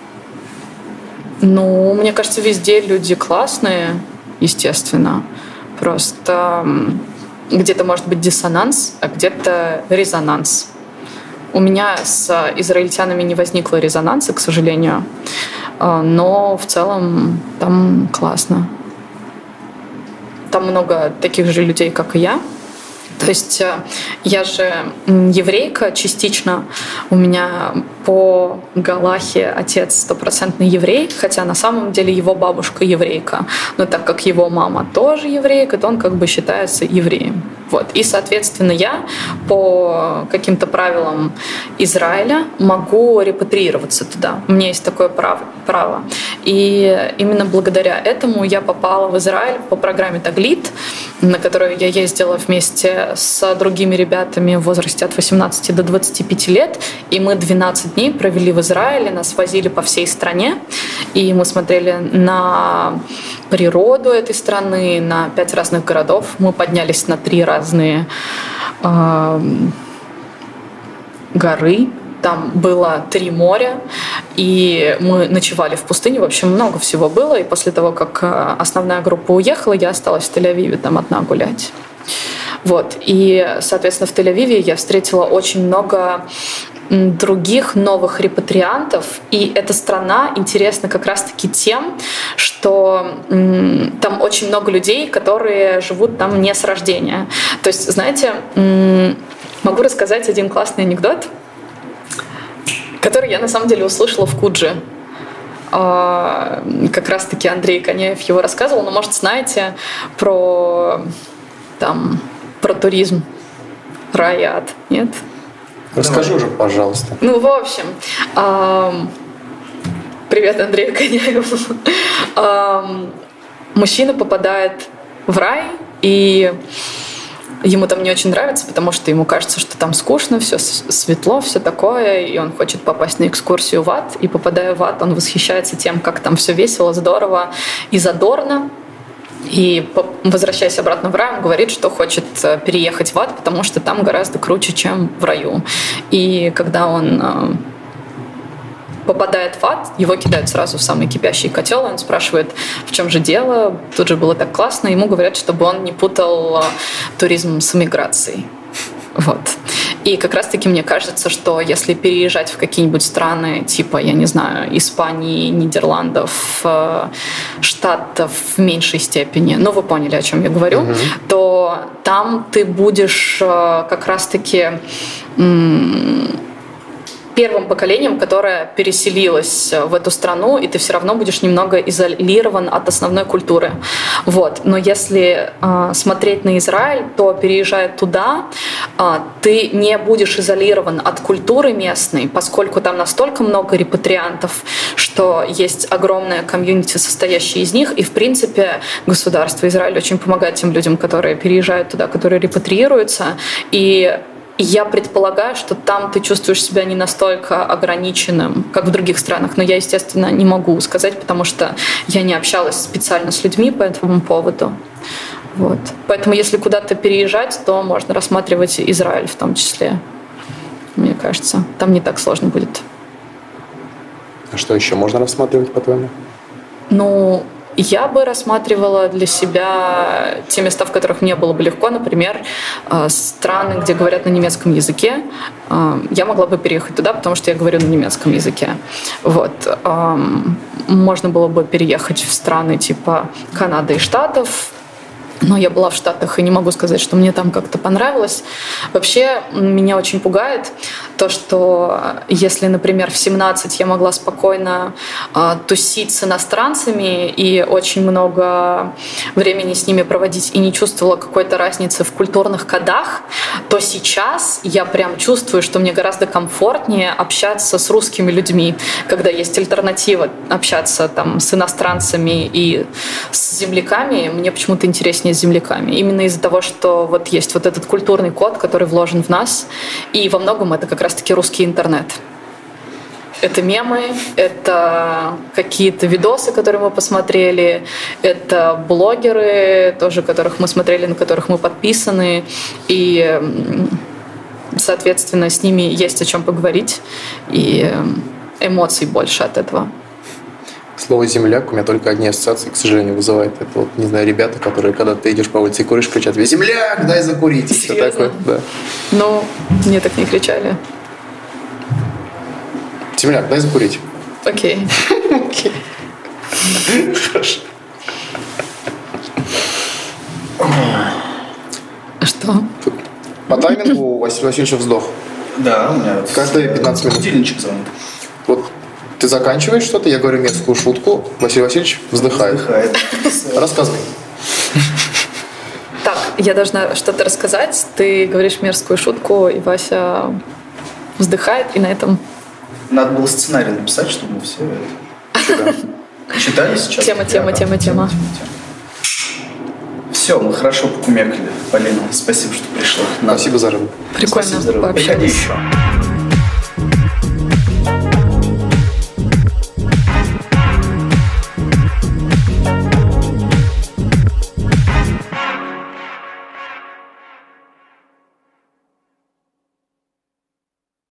Ну, мне кажется, везде люди классные, естественно. Просто м, где-то может быть диссонанс, а где-то резонанс. У меня с израильтянами не возникло резонанса, к сожалению. А, Но в целом там классно. Там много таких же людей, как и я. То есть э, я же м, еврейка частично. У меня по Галахе отец стопроцентный еврей, хотя на самом деле его бабушка еврейка. Но так как его мама тоже еврейка, то он как бы считается евреем. Вот. И, соответственно, я по каким-то правилам Израиля могу репатриироваться туда. У меня есть такое право. право. И именно благодаря этому я попала в Израиль по программе «Таглит». на которую я ездила вместе с другими ребятами в возрасте от восемнадцати до двадцати пяти лет. И мы двенадцать дней провели в Израиле, нас возили по всей стране. И мы смотрели на природу этой страны, на пять разных городов. Мы поднялись на три разные э, горы. Там было три моря, и мы ночевали в пустыне. В общем, много всего было. И после того, как основная группа уехала, я осталась в Тель-Авиве там одна гулять. Вот. И, соответственно, в Тель-Авиве я встретила очень много других новых репатриантов. И эта страна интересна как раз-таки тем, что м, там очень много людей, которые живут там не с рождения. То есть, знаете, м, могу рассказать один классный анекдот, который я на самом деле услышала в Кудже. А, как раз-таки Андрей Коняев его рассказывал, но, может, знаете про, там, про туризм, рай и ад, нет?
Расскажи уже, пожалуйста.
Ну, в общем, а, привет Андрею Коняеву. А, мужчина попадает в рай, и ему там не очень нравится, потому что ему кажется, что там скучно, все светло, все такое, и он хочет попасть на экскурсию в ад, и попадая в ад, он восхищается тем, как там все весело, здорово и задорно. И, возвращаясь обратно в рай, он говорит, что хочет переехать в ад, потому что там гораздо круче, чем в раю. И когда он попадает в ад, его кидают сразу в самый кипящий котел, он спрашивает, в чем же дело, тут же было так классно, ему говорят, чтобы он не путал туризм с эмиграцией. Вот. И как раз-таки мне кажется, что если переезжать в какие-нибудь страны, типа, я не знаю, Испании, Нидерландов, Штатов в меньшей степени, ну, вы поняли, о чем я говорю, угу. то там ты будешь как раз-таки первым поколением, которое переселилось в эту страну, и ты все равно будешь немного изолирован от основной культуры. Вот. Но если э, смотреть на Израиль, то, переезжая туда, э, ты не будешь изолирован от культуры местной, поскольку там настолько много репатриантов, что есть огромная комьюнити, состоящая из них, и, в принципе, государство Израиль очень помогает тем людям, которые переезжают туда, которые репатриируются, и я предполагаю, что там ты чувствуешь себя не настолько ограниченным, как в других странах. Но я, естественно, не могу сказать, потому что я не общалась специально с людьми по этому поводу. Вот. Поэтому если куда-то переезжать, то можно рассматривать Израиль в том числе. Мне кажется, там не так сложно будет.
А что еще можно рассматривать, по-твоему?
Ну, я бы рассматривала для себя те места, в которых мне было бы легко, например, страны, где говорят на немецком языке. Я могла бы переехать туда, потому что я говорю на немецком языке. Вот. Можно было бы переехать в страны типа Канады и Штатов. Но я была в Штатах и не могу сказать, что мне там как-то понравилось. Вообще меня очень пугает то, что если, например, в семнадцать я могла спокойно э, тусить с иностранцами и очень много времени с ними проводить и не чувствовала какой-то разницы в культурных кодах, то сейчас я прям чувствую, что мне гораздо комфортнее общаться с русскими людьми, когда есть альтернатива общаться там с иностранцами и с земляками. Мне почему-то интереснее с земляками. Именно из-за того, что вот есть вот этот культурный код, который вложен в нас, и во многом это как раз-таки русский интернет. Это мемы, это какие-то видосы, которые мы посмотрели, это блогеры, тоже которых мы смотрели, на которых мы подписаны, и, соответственно, с ними есть о чем поговорить, и эмоций больше от этого.
Слово «земляк» у меня только одни ассоциации, к сожалению, вызывает. Это вот, не знаю, ребята, которые, когда ты идешь по улице и куришь, кричат тебе «Земляк, дай закурить!»
Серьезно?
Все такое, да.
Ну, мне так не кричали.
«Земляк, дай закурить!»
Окей.
Окей. Хорошо.
Что?
По таймингу у Василия Васильевича вздох.
Да, у меня...
Каждые пятнадцать минут.
Будильничек звонит.
Вот ты заканчиваешь что-то, я говорю мерзкую шутку, Василий Васильевич вздыхает.
Вздыхает.
Рассказывай.
Так, я должна что-то рассказать. Ты говоришь мерзкую шутку, и Вася вздыхает, и на этом...
Надо было сценарий написать, чтобы мы все читали сейчас.
Тема, тема, тема, тема.
все, мы хорошо покумекали. Полина, спасибо, что пришла.
Спасибо за рыбу.
Прикольно
Спасибо за рыбу. Приходи
пообщались.
еще.